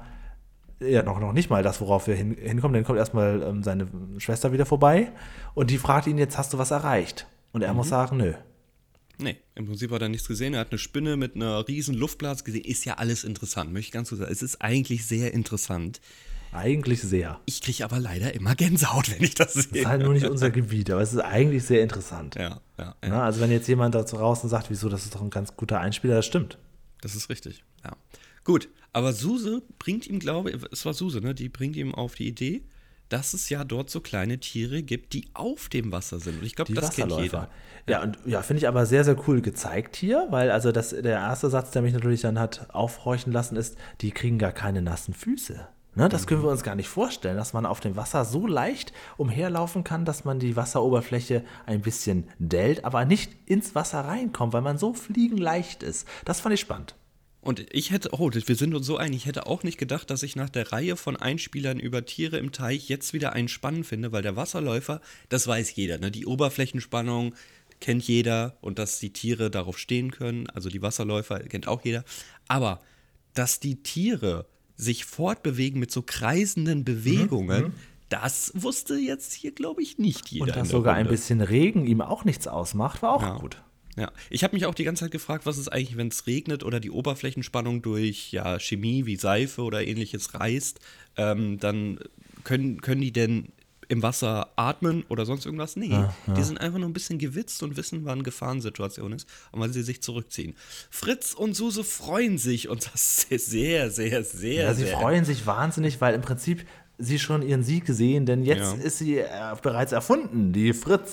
ja noch, noch nicht mal das, worauf wir hin, hinkommen. Dann kommt erstmal ähm, seine Schwester wieder vorbei und die fragt ihn jetzt, hast du was erreicht? Und er muss sagen, nö. Nee, im Prinzip hat er nichts gesehen. Er hat eine Spinne mit einer riesen Luftblase gesehen. Ist ja alles interessant, möchte ich ganz so sagen. Es ist eigentlich sehr interessant. Eigentlich sehr. Ich kriege aber leider immer Gänsehaut, wenn ich das Das ist sehe. halt nur nicht unser Gebiet, aber es ist eigentlich sehr interessant. Ja, ja, ja. Na, also wenn jetzt jemand da draußen sagt, wieso, das ist doch ein ganz guter Einspieler, das stimmt. Das ist richtig, ja. Gut, aber Suse bringt ihm, glaube ich, es war Suse, ne? Die bringt ihm auf die Idee, dass es ja dort so kleine Tiere gibt, die auf dem Wasser sind. Und ich glaube, Die das kennt Wasserläufer. jeder. Ja, und ja, finde ich aber sehr, sehr cool gezeigt hier, weil also das, der erste Satz, der mich natürlich dann hat aufhorchen lassen, ist, die kriegen gar keine nassen Füße. Ne, das können wir uns gar nicht vorstellen, dass man auf dem Wasser so leicht umherlaufen kann, dass man die Wasseroberfläche ein bisschen dellt, aber nicht ins Wasser reinkommt, weil man so fliegenleicht ist. Das fand ich spannend. Und ich hätte, oh, wir sind uns so einig, ich hätte auch nicht gedacht, dass ich nach der Reihe von Einspielern über Tiere im Teich jetzt wieder einen spannend finde, weil der Wasserläufer, das weiß jeder, ne? Die Oberflächenspannung kennt jeder und dass die Tiere darauf stehen können, also die Wasserläufer kennt auch jeder. Aber dass die Tiere sich fortbewegen mit so kreisenden Bewegungen, das wusste jetzt hier, glaube ich, nicht jeder. Und in dass der sogar ein Runde. bisschen Regen ihm auch nichts ausmacht, war auch Ja. gut. Ja, ich habe mich auch die ganze Zeit gefragt, was ist eigentlich, wenn es regnet oder die Oberflächenspannung durch ja, Chemie wie Seife oder ähnliches reißt, ähm, dann können, können die denn im Wasser atmen oder sonst irgendwas? Nee, Ja, ja. die sind einfach nur ein bisschen gewitzt und wissen, wann Gefahrensituation ist und wann sie sich zurückziehen. Fritz und Suse freuen sich und das ist sehr, sehr, sehr, Ja, sie sehr. freuen sich wahnsinnig, weil im Prinzip sie schon ihren Sieg gesehen, denn jetzt Ja. ist sie äh, bereits erfunden, die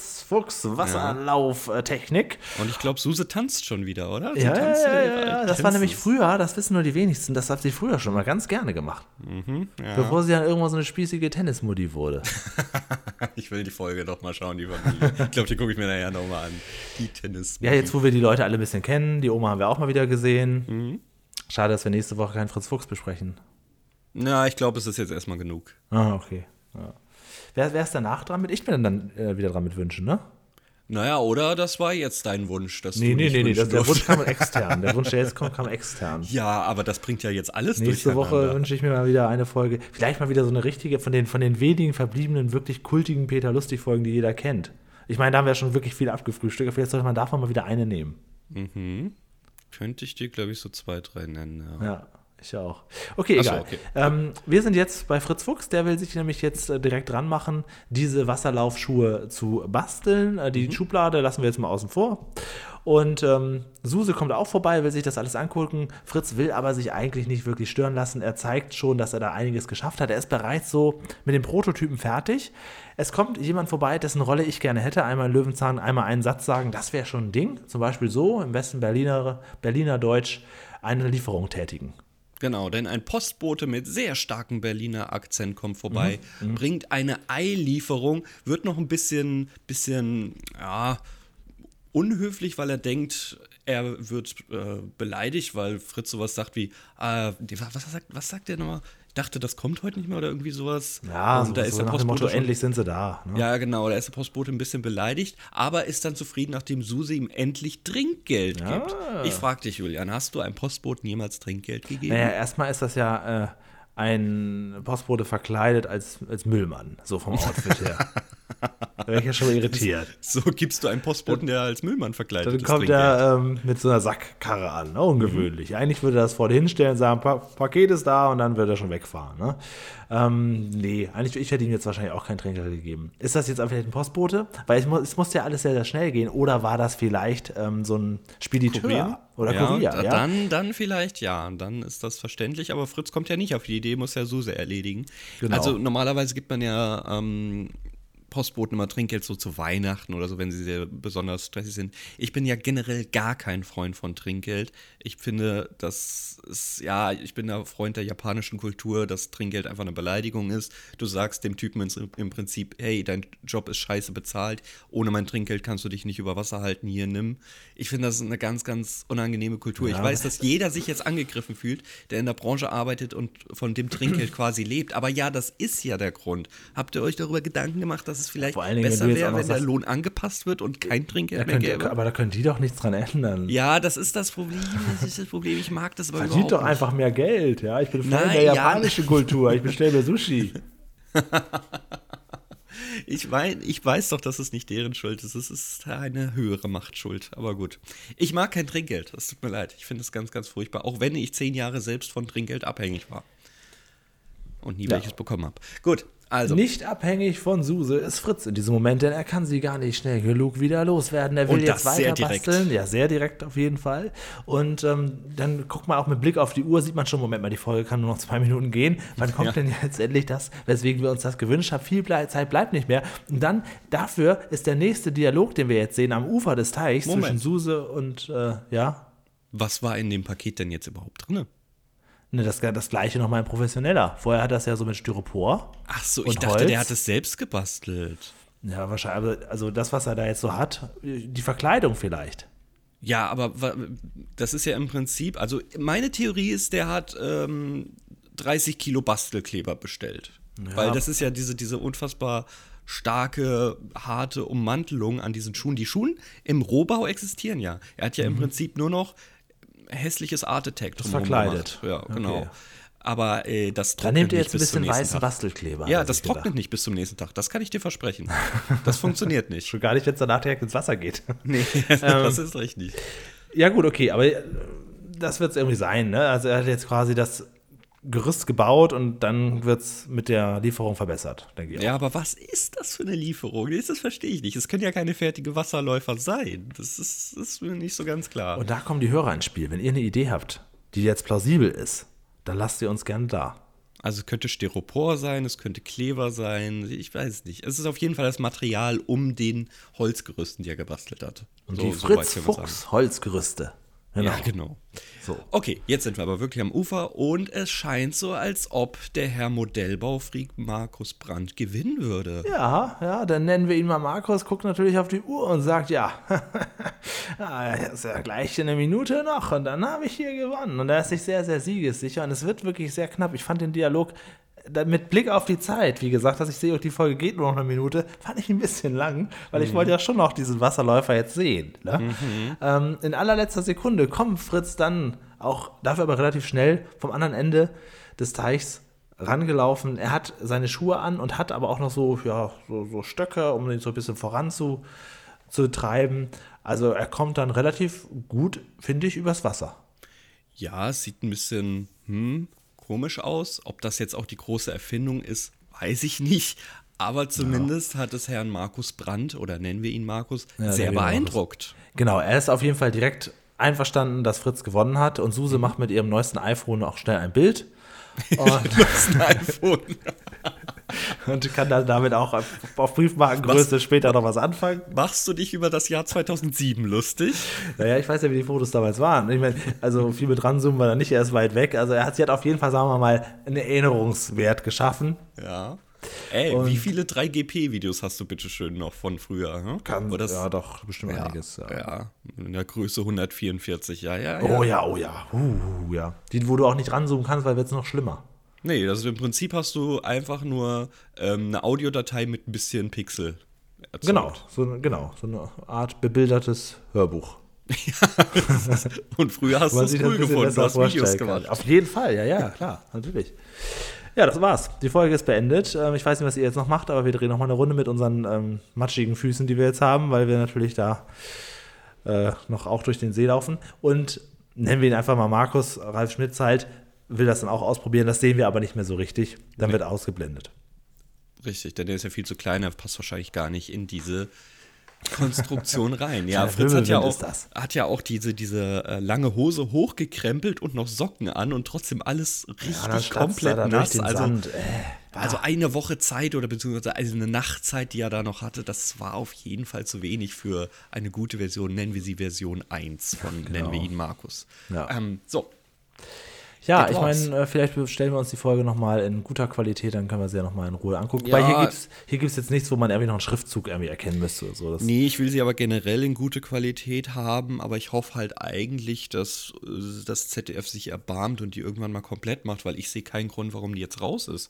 Fritz-Fuchs-Wasserlauf-Technik. Und ich glaube, Suse tanzt schon wieder, oder? Sie Ja, ja, tanzt ja, wieder ja, überall. ja, das Kennst war nämlich du's? früher, das wissen nur die wenigsten, das hat sie früher schon mal ganz gerne gemacht. Ja. Bevor sie dann irgendwann so eine spießige Tennismutti wurde. Ich will die Folge doch mal schauen, die Familie. Ich glaube, die gucke ich mir nachher nochmal an. Die Tennis. Ja, jetzt wo wir die Leute alle ein bisschen kennen, die Oma haben wir auch mal wieder gesehen. Mhm. Schade, dass wir nächste Woche keinen Fritz Fuchs besprechen. Na, ich glaube, es ist jetzt erstmal genug. Ah, okay. Ja. Wer, wer ist danach dran mit? Ich bin dann äh, wieder dran mit Wünschen, ne? Naja, oder das war jetzt dein Wunsch, dass Nee, du nee, nicht nee, nee, das, wünschen der Wunsch durftest. kam extern. Der Wunsch, der jetzt kommt, kam extern. Ja, aber das bringt ja jetzt alles Nächste Woche durcheinander. wünsche ich mir mal wieder eine Folge, vielleicht mal wieder so eine richtige, von den, von den wenigen verbliebenen, wirklich kultigen Peter Lustig-Folgen, die jeder kennt. Ich meine, da haben wir schon wirklich viel abgefrühstückt, aber vielleicht sollte man davon mal wieder eine nehmen. Mhm. Könnte ich dir, glaube ich, so zwei, drei nennen, ja. Ja. Ich auch. Okay, Ach so, egal. okay. Ähm, wir sind jetzt bei Fritz Fuchs, der will sich nämlich jetzt äh, direkt dran machen, diese Wasserlaufschuhe zu basteln. Äh, die mhm. Schublade lassen wir jetzt mal außen vor. Und ähm, Suse kommt auch vorbei, will sich das alles angucken. Fritz will aber sich eigentlich nicht wirklich stören lassen. Er zeigt schon, dass er da einiges geschafft hat. Er ist bereits so mit den Prototypen fertig. Es kommt jemand vorbei, dessen Rolle ich gerne hätte. Einmal Löwenzahn, einmal einen Satz sagen. Das wäre schon ein Ding. Zum Beispiel so, im besten Berliner, Berliner Deutsch, eine Lieferung tätigen. Genau, denn ein Postbote mit sehr starkem Berliner Akzent kommt vorbei, mhm. bringt eine Eilieferung, wird noch ein bisschen, bisschen, ja, unhöflich, weil er denkt, er wird äh, beleidigt, weil Fritz sowas sagt wie, äh, was, sagt, was sagt der nochmal? Ich dachte, das kommt heute nicht mehr oder irgendwie sowas. Ja, und so, da ist so der nach dem Postbote Motto, schon, endlich sind sie da. Ne? Ja, genau, da ist der Postbote ein bisschen beleidigt, aber ist dann zufrieden, nachdem Suse ihm endlich Trinkgeld ja. gibt. Ich frage dich, Julian, hast du einem Postboten jemals Trinkgeld gegeben? Naja, erstmal ist das ja äh, ein Postbote verkleidet als, als Müllmann, so vom Outfit her. Da wäre ich ja schon irritiert. So gibst du einen Postboten, der als Müllmann verkleidet ist. Dann kommt er ähm, mit so einer Sackkarre an, ne? Ungewöhnlich. Mhm. Eigentlich würde er das vor dir hinstellen und sagen, pa- Paket ist da und dann würde er schon wegfahren. Ne? Ähm, nee, eigentlich, ich hätte ihm jetzt wahrscheinlich auch kein Trinkgeld gegeben. Ist das jetzt vielleicht ein Postbote? Weil es, mu- es musste ja alles sehr, sehr schnell gehen. Oder war das vielleicht ähm, so ein Spediteur? Kurier? Oder ja, Kurier? Da, Ja, dann, dann vielleicht, ja. Dann ist das verständlich. Aber Fritz kommt ja nicht auf die Idee, muss ja Suse erledigen. Genau. Also normalerweise gibt man ja ähm, Postboten immer Trinkgeld so zu Weihnachten oder so, wenn sie sehr besonders stressig sind. Ich bin ja generell gar kein Freund von Trinkgeld. Ich finde, das ist, ja, ich bin der Freund der japanischen Kultur, dass Trinkgeld einfach eine Beleidigung ist. Du sagst dem Typen ins, im Prinzip, hey, dein Job ist scheiße bezahlt, ohne mein Trinkgeld kannst du dich nicht über Wasser halten, hier, nimm. Ich finde, das ist eine ganz, ganz unangenehme Kultur. Ja. Ich weiß, dass jeder sich jetzt angegriffen fühlt, der in der Branche arbeitet und von dem Trinkgeld quasi lebt. Aber ja, das ist ja der Grund. Habt ihr euch darüber Gedanken gemacht, dass es vielleicht Vor allen Dingen, besser wenn du jetzt auch wäre, noch wenn der sagst- Lohn angepasst wird und kein Trinkgeld Da mehr könnt ihr, gäbe? aber da können die doch nichts dran ändern. Ja, das ist das Problem. Das ist das Problem. Ich mag das aber Verdient überhaupt doch nicht. einfach mehr Geld. Ja? Ich bin Fan Nein, der ja. japanischen Kultur. Ich bestelle mir Sushi. Ich, mein, ich weiß doch, dass es nicht deren Schuld ist. Es ist eine höhere Machtschuld. Aber gut. Ich mag kein Trinkgeld. Das tut mir leid. Ich finde es ganz, ganz furchtbar. Auch wenn ich zehn Jahre selbst von Trinkgeld abhängig war. Und nie Ja. welches bekommen habe. Gut, also. Nicht abhängig von Suse ist Fritz in diesem Moment, denn er kann sie gar nicht schnell genug wieder loswerden. Er will Und jetzt das sehr weiter direkt. basteln. Ja, sehr direkt auf jeden Fall. Und ähm, dann guckt man auch mit Blick auf die Uhr, sieht man schon, Moment mal, die Folge kann nur noch zwei Minuten gehen. Wann kommt Ja. denn jetzt endlich das, weswegen wir uns das gewünscht haben? Viel Ble- Zeit bleibt nicht mehr. Und dann, dafür ist der nächste Dialog, den wir jetzt sehen, am Ufer des Teichs Moment. zwischen Suse und, äh, ja, Was war in dem Paket denn jetzt überhaupt drin? ne, das, das gleiche nochmal ein professioneller. Vorher hat das ja so mit Styropor. Ach so, ich Und dachte, Holz? der hat es selbst gebastelt. Ja, wahrscheinlich. Also, also das, was er da jetzt so hat, die Verkleidung vielleicht. Ja, aber wa- das ist ja im Prinzip, also meine Theorie ist, der hat ähm, dreißig Kilo Bastelkleber bestellt. Ja. Weil das ist ja diese, diese unfassbar starke, harte Ummantelung an diesen Schuhen. Die Schuhen im Rohbau existieren ja. Er hat ja im Prinzip nur noch hässliches Art Attack Das drumherum verkleidet. gemacht. Ja, genau. Okay. Aber äh, das trocknet Dann nehmt ihr nicht jetzt ein bis zum bisschen nächsten weißen Tag. Bastelkleber. Ja, hat er das sich trocknet gedacht. nicht bis zum nächsten Tag. Das kann ich dir versprechen. Das funktioniert nicht. Schon gar nicht, wenn es danach direkt ins Wasser geht. Nee, das ist richtig. Ja, gut, okay, aber äh, das wird es irgendwie sein, ne? Also er hat jetzt quasi das Gerüst gebaut und dann wird es mit der Lieferung verbessert, denke ich. Ja, aber was ist das für eine Lieferung? Das verstehe ich nicht. Es können ja keine fertige Wasserläufer sein. Das ist, das ist mir nicht so ganz klar. Und da kommen die Hörer ins Spiel. Wenn ihr eine Idee habt, die jetzt plausibel ist, dann lasst sie uns gern da. Also es könnte Styropor sein, es könnte Kleber sein, ich weiß es nicht. Es ist auf jeden Fall das Material um den Holzgerüsten, die er gebastelt hat. Und So- die so weit Fritz können wir sagen. Fuchs Holzgerüste. Genau. Ja, genau. So. Okay, jetzt sind wir aber wirklich am Ufer und es scheint so, als ob der Herr Modellbaufreak Markus Brandt gewinnen würde. Ja, ja, dann nennen wir ihn mal Markus, guckt natürlich auf die Uhr und sagt, ja, ah, das ist ja gleich eine Minute noch und dann habe ich hier gewonnen. Und er ist sich sehr, sehr siegessicher und es wird wirklich sehr knapp. Ich fand den Dialog da- mit Blick auf die Zeit, wie gesagt, dass ich sehe, die Folge geht nur noch eine Minute, fand ich ein bisschen lang, weil ich wollte ja schon noch diesen Wasserläufer jetzt sehen. Ne? Ähm, in allerletzter Sekunde kommt Fritz dann auch, dafür aber relativ schnell, vom anderen Ende des Teichs rangelaufen. Er hat seine Schuhe an und hat aber auch noch so, ja, so, so Stöcke, um ihn so ein bisschen voranzutreiben. Zu treiben. Also er kommt dann relativ gut, finde ich, übers Wasser. Ja, es sieht ein bisschen hm, komisch aus. Ob das jetzt auch die große Erfindung ist, weiß ich nicht. Aber zumindest ja. hat es Herrn Markus Brandt, oder nennen wir ihn Markus, ja, sehr beeindruckt. Genau, er ist auf jeden Fall direkt einverstanden, dass Fritz gewonnen hat. Und Suse mhm. macht mit ihrem neuesten iPhone auch schnell ein Bild. Und neuesten iPhone. Und kann dann damit auch auf Briefmarkengröße was, später noch was anfangen. Machst du dich über das Jahr zweitausendsieben lustig? Naja, ich weiß ja, wie die Fotos damals waren. Ich meine, also viel mit ranzoomen war da nicht erst weit weg. Also er hat, sie hat auf jeden Fall, sagen wir mal, einen Erinnerungswert geschaffen. Ja. Ey, und wie viele drei G P-Videos hast du bitte schön noch von früher? Hm? Kann, das, ja, doch, bestimmt ja, einiges. Ja. ja, in der Größe hundertvierundvierzig, ja, ja, ja. Oh ja, oh ja, uh, ja. Die, wo du auch nicht ranzoomen kannst, weil wird es noch schlimmer. Nee, also im Prinzip hast du einfach nur ähm, eine Audiodatei mit ein bisschen Pixel erzeugt. Genau, so, genau, so eine Art bebildertes Hörbuch. Ja, und früher hast du es cool gefunden, du hast Videos gemacht. Auf jeden Fall, ja, ja, klar, natürlich. Ja, das war's. Die Folge ist beendet. Ähm, ich weiß nicht, was ihr jetzt noch macht, aber wir drehen noch mal eine Runde mit unseren ähm, matschigen Füßen, die wir jetzt haben, weil wir natürlich da äh, noch auch durch den See laufen. Und nennen wir ihn einfach mal Markus. Ralf Schmitz halt will das dann auch ausprobieren. Das sehen wir aber nicht mehr so richtig. Dann nee. wird ausgeblendet. Richtig, denn der ist ja viel zu klein. Der passt wahrscheinlich gar nicht in diese Konstruktion rein. Ja, Fritz hat ja, auch, hat ja auch diese, diese äh, lange Hose hochgekrempelt und noch Socken an und trotzdem alles richtig ja, komplett nass. Also, äh, also eine Woche Zeit oder beziehungsweise also eine Nachtzeit, die er da noch hatte, das war auf jeden Fall zu wenig für eine gute Version. Nennen wir sie Version eins von, genau. nennen wir ihn Markus. Ja. Ähm, so. Ja, ich meine, vielleicht stellen wir uns die Folge nochmal in guter Qualität, dann können wir sie ja nochmal in Ruhe angucken. Ja. Weil hier gibt es hier gibt's jetzt nichts, wo man irgendwie noch einen Schriftzug irgendwie erkennen müsste. Oder so. Das nee, ich will sie aber generell in gute Qualität haben, aber ich hoffe halt eigentlich, dass das Z D F sich erbarmt und die irgendwann mal komplett macht, weil ich sehe keinen Grund, warum die jetzt raus ist.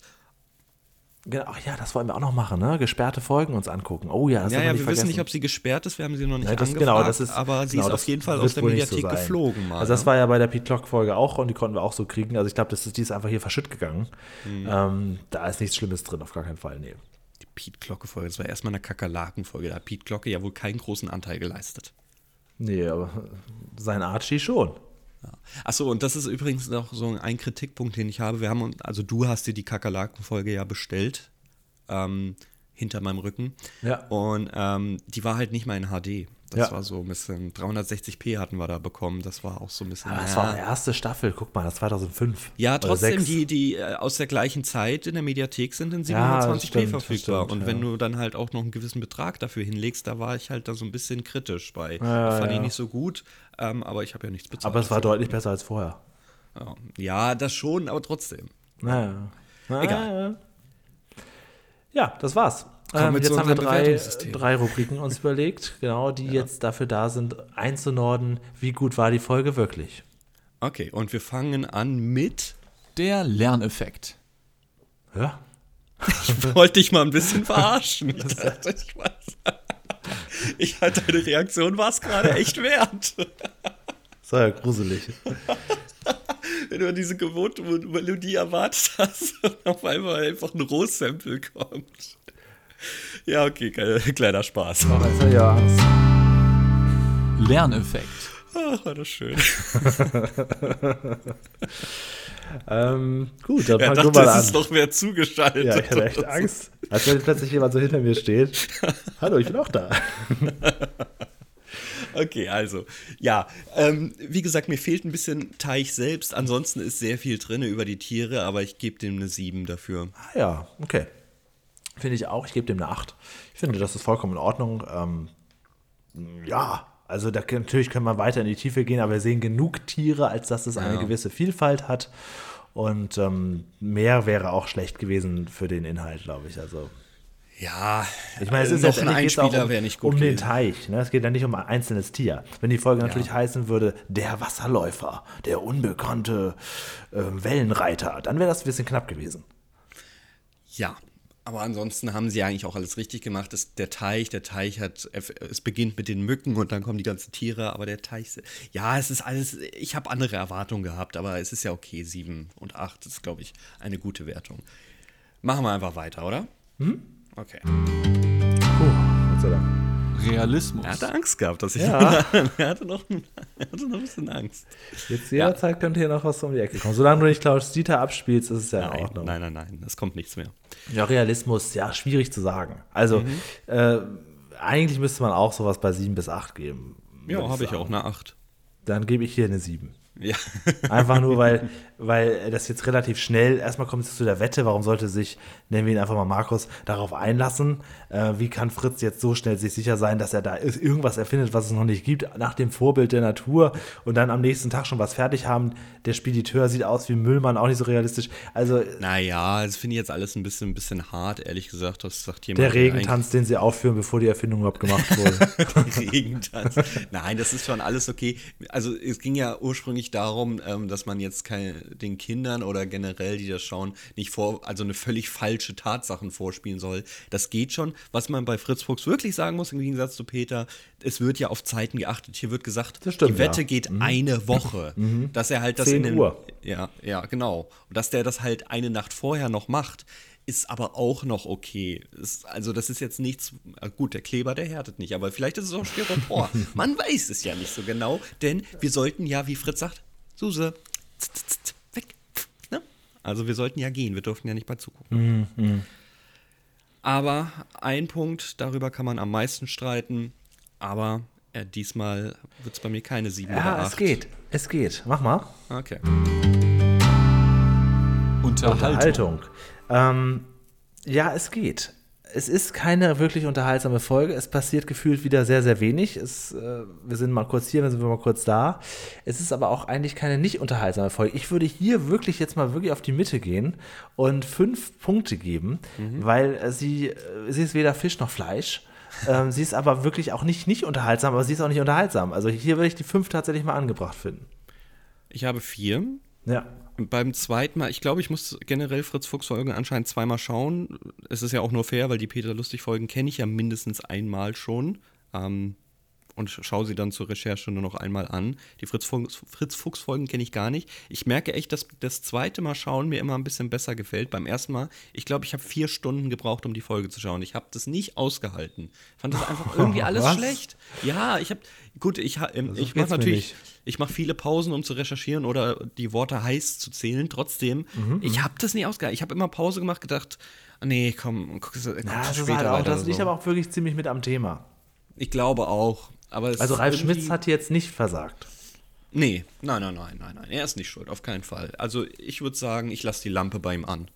Genau, ach ja, das wollen wir auch noch machen, ne? Gesperrte Folgen uns angucken. Oh ja, das ja, haben wir ja, nicht wir vergessen. wissen nicht, ob sie gesperrt ist, wir haben sie noch nicht ja, das, angefragt, genau, das ist, aber sie genau, ist auf jeden Fall aus der Mediathek so geflogen. Mal, also das war ja bei der Pete Clock-Folge auch und die konnten wir auch so kriegen. Also ich glaube, die ist einfach hier verschütt gegangen. Mhm. Ähm, da ist nichts Schlimmes drin, auf gar keinen Fall, nee. Die Pete Glocke-Folge, das war erstmal eine Kakerlaken-Folge, da hat Pete Glocke ja wohl keinen großen Anteil geleistet. Nee, aber sein Archie schon. Ja. Achso, und das ist übrigens noch so ein Kritikpunkt, den ich habe. Wir haben, also du hast dir die Kakerlaken-Folge ja bestellt. Ähm, hinter meinem Rücken. Ja. Und ähm, die war halt nicht mal in H D. Das ja. war so ein bisschen, dreihundertsechzig p hatten wir da bekommen. Das war auch so ein bisschen. Aber das ja. war die erste Staffel, guck mal, das zweitausendfünf. Ja, trotzdem, die, die äh, aus der gleichen Zeit in der Mediathek sind in siebenhundertzwanzig p ja, verfügbar. Stimmt, und ja. wenn du dann halt auch noch einen gewissen Betrag dafür hinlegst, da war ich halt da so ein bisschen kritisch bei. Ja, das fand ja. ich nicht so gut, ähm, aber ich habe ja nichts bezahlt. Aber es war deutlich besser als vorher. Ja, ja das schon, aber trotzdem. Naja. Egal. Ja, das war's. Ähm, jetzt haben wir drei, drei Rubriken uns überlegt, genau, die ja. jetzt dafür da sind, einzunorden, wie gut war die Folge wirklich. Okay, und wir fangen an mit der Lerneffekt. Ja. Ich wollte dich mal ein bisschen verarschen. Ich dachte, ich weiß. Ich hatte deine Reaktion, war es gerade echt wert. Das war ja gruselig. Wenn du diese gewohnte Melodie erwartet hast und auf einmal einfach ein Rohsample kommt. Ja, okay, kleiner Spaß. Oh, das ist ja Angst. Lerneffekt. Ach, war das schön. ähm, gut, dann fang du mal an. Es ist noch mehr zugeschaltet. Ja, ich hatte echt Angst. Als wenn plötzlich jemand so hinter mir steht. Hallo, ich bin auch da. Okay, also, ja, ähm, wie gesagt, mir fehlt ein bisschen Teich selbst. Ansonsten ist sehr viel drin über die Tiere, aber ich gebe dem eine sieben dafür. Ah ja, okay. Finde ich auch. Ich gebe dem eine acht. Ich finde, das ist vollkommen in Ordnung. Ähm, ja, also da, natürlich können wir weiter in die Tiefe gehen, aber wir sehen genug Tiere, als dass es eine ja. gewisse Vielfalt hat. Und ähm, mehr wäre auch schlecht gewesen für den Inhalt, glaube ich. Also ja, ich meine, es ist noch ein Einspieler um, wäre nicht gut um gewesen. den Teich. Ne? Es geht ja nicht um ein einzelnes Tier. Wenn die Folge ja. natürlich heißen würde, der Wasserläufer, der unbekannte äh, Wellenreiter, dann wäre das ein bisschen knapp gewesen. Ja, aber ansonsten haben sie eigentlich auch alles richtig gemacht. Es, der Teich, der Teich hat, es beginnt mit den Mücken und dann kommen die ganzen Tiere, aber der Teich, ja, es ist alles, ich habe andere Erwartungen gehabt, aber es ist ja okay, sieben und acht ist, glaube ich, eine gute Wertung. Machen wir einfach weiter, oder? Hm? Okay. Puh, Gott sei Dank. Realismus. Er hatte Angst gehabt, dass ich Ja. er, hatte noch, er hatte noch ein bisschen Angst. Jetzt jederzeit könnte hier noch was um die Ecke kommen. Solange du nicht Klaus Dieter abspielst, ist es ja in Nein, Ordnung. nein, nein, nein, es kommt nichts mehr. Ja, Realismus, ja, schwierig zu sagen. Also, Mhm. äh, eigentlich müsste man auch sowas bei sieben bis acht geben. Ja, würde habe ich sagen. auch eine acht. Dann gebe ich hier eine sieben. Ja. Einfach nur, weil, weil das jetzt relativ schnell, erstmal kommt es zu der Wette, warum sollte sich, nennen wir ihn einfach mal Markus, darauf einlassen? Äh, wie kann Fritz jetzt so schnell sich sicher sein, dass er da irgendwas erfindet, was es noch nicht gibt, nach dem Vorbild der Natur und dann am nächsten Tag schon was fertig haben? Der Spediteur sieht aus wie Müllmann, auch nicht so realistisch. Also Naja, das finde ich jetzt alles ein bisschen, ein bisschen hart, ehrlich gesagt. Das sagt jemand. der Regentanz, den sie aufführen, bevor die Erfindung überhaupt gemacht wurde. Regentanz. Nein, das ist schon alles okay. Also es ging ja ursprünglich darum, ähm, dass man jetzt kein, den Kindern oder generell, die das schauen, nicht vor, also eine völlig falsche Tatsachen vorspielen soll. Das geht schon. Was man bei Fritz Fuchs wirklich sagen muss, im Gegensatz zu Peter, es wird ja auf Zeiten geachtet. Hier wird gesagt, Das stimmt, die Wette ja. geht eine Woche. Dass er halt das zehn in den, Uhr. Ja, ja, genau. Und dass der das halt eine Nacht vorher noch macht, ist aber auch noch okay. Ist, also das ist jetzt nichts, gut, der Kleber, der härtet nicht, aber vielleicht ist es auch Styropor. Man weiß es ja nicht so genau, denn wir sollten ja, wie Fritz sagt, Suse, tz, tz, tz, weg. Ne? Also wir sollten ja gehen, wir durften ja nicht mal zugucken. Mhm. Aber ein Punkt, darüber kann man am meisten streiten, aber äh, diesmal wird es bei mir keine sieben oder Ja, acht. es geht. Es geht. Mach mal. Okay. Unterhaltung. Unterhaltung. Ähm, ja, es geht. Es ist keine wirklich unterhaltsame Folge. Es passiert gefühlt wieder sehr, sehr wenig. Es, äh, wir sind mal kurz hier, dann sind wir mal kurz da. Es ist aber auch eigentlich keine nicht unterhaltsame Folge. Ich würde hier wirklich jetzt mal wirklich auf die Mitte gehen und fünf Punkte geben, Mhm. weil äh, sie, äh, sie ist weder Fisch noch Fleisch. ähm, sie ist aber wirklich auch nicht nicht unterhaltsam, aber sie ist auch nicht unterhaltsam. Also hier würde ich die fünf tatsächlich mal angebracht finden. Ich habe vier. Ja. Und beim zweiten Mal, ich glaube, ich muss generell Fritz Fuchs Folgen anscheinend zweimal schauen. Es ist ja auch nur fair, weil die Peter Lustig Folgen kenne ich ja mindestens einmal schon. Ähm, und schaue sie dann zur Recherche nur noch einmal an. Die Fritz Fuchs, Fritz Fuchs Folgen kenne ich gar nicht. Ich merke echt, dass das zweite Mal schauen mir immer ein bisschen besser gefällt. Beim ersten Mal, ich glaube, ich habe vier Stunden gebraucht, um die Folge zu schauen. Ich habe das nicht ausgehalten. Ich fand das einfach irgendwie alles Was? schlecht. Ja, ich habe, gut, ich, ha- ähm, So ich geht's mache mir natürlich, nicht. ich mache viele Pausen, um zu recherchieren oder die Worte heiß zu zählen. Trotzdem, ich habe das nicht ausgehalten. Ich habe immer Pause gemacht, gedacht, ah, nee, komm, guck, guck Ja, das ist später halt auch, weiter. das liegt so. aber auch wirklich ziemlich mit am Thema. Ich glaube auch. Aber es Also ist Ralf irgendwie- Schmitz hat jetzt nicht versagt. Nee, nein, nein, nein, nein, nein. Er ist nicht schuld, auf keinen Fall. Also ich würde sagen, ich lasse die Lampe bei ihm an.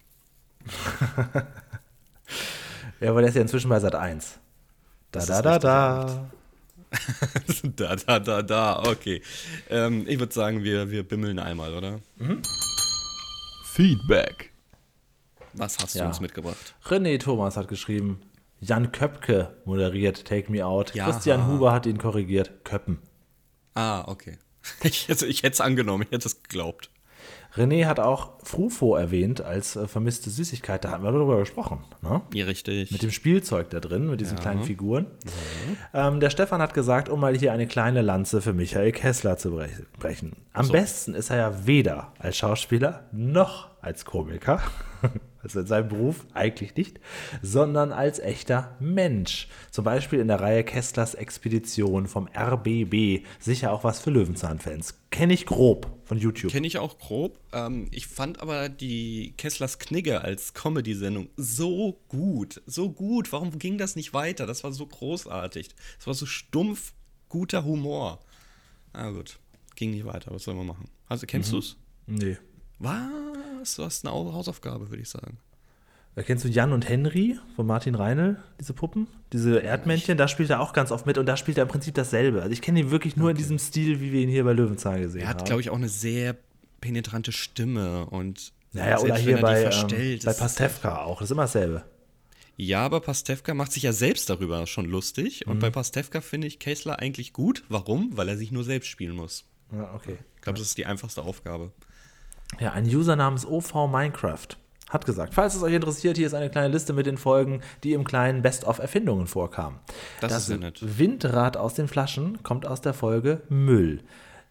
Ja, aber der ist ja inzwischen bei Sat eins. Da, Das da, ist da, richtig da. da, da, da, da, okay. Ähm, ich würde sagen, wir, wir bimmeln einmal, oder? Feedback. Was hast Ja. du uns mitgebracht? René Thomas hat geschrieben, Jan Köpke moderiert Take Me Out. Ja. Christian Huber hat ihn korrigiert. Köppen. Ah, okay. Ich, hätte- ich hätte es angenommen, ich hätte es geglaubt. René hat auch Frufo erwähnt als äh, vermisste Süßigkeit. Da hatten wir darüber gesprochen. Ne? Ja, richtig. Mit dem Spielzeug da drin, mit diesen Ja. kleinen Figuren. Ähm, der Stefan hat gesagt, um mal hier eine kleine Lanze für Michael Kessler zu brech- brechen. Am So. besten ist er ja weder als Schauspieler noch als Komiker, also in seinem Beruf eigentlich nicht, sondern als echter Mensch. Zum Beispiel in der Reihe Kesslers Expedition vom R B B. Sicher auch was für Löwenzahn-Fans. Kenne ich grob von YouTube. Kenne ich auch grob. Ähm, ich fand aber die Kesslers Knigge als Comedy-Sendung so gut. So gut. Warum ging das nicht weiter? Das war so großartig. Das war so stumpf guter Humor. Na gut. Ging nicht weiter. Was soll man machen? Also, kennst du's? Nee. Was? Du hast eine Au- Hausaufgabe, würde ich sagen. Da kennst du Jan und Henry von Martin Reinl, diese Puppen, diese Erdmännchen, da spielt er auch ganz oft mit und da spielt er im Prinzip dasselbe. Also ich kenne ihn wirklich nur in diesem Stil, wie wir ihn hier bei Löwenzahn gesehen Er hat, haben. glaube ich, auch eine sehr penetrante Stimme und Naja, oder selbst hier wenn er die bei, ähm, verstellt, bei ist- Pastewka auch, das ist immer dasselbe. Ja, aber Pastewka macht sich ja selbst darüber schon lustig. Mhm. Und bei Pastewka finde ich Kessler eigentlich gut. Warum? Weil er sich nur selbst spielen muss. Ja, okay. Ich glaube, das ist die einfachste Aufgabe. Ja, ein User namens O V Minecraft hat gesagt, falls es euch interessiert, hier ist eine kleine Liste mit den Folgen, die im kleinen Best-of-Erfindungen vorkamen. Das ist sehr nett. Windrad aus den Flaschen kommt aus der Folge Müll.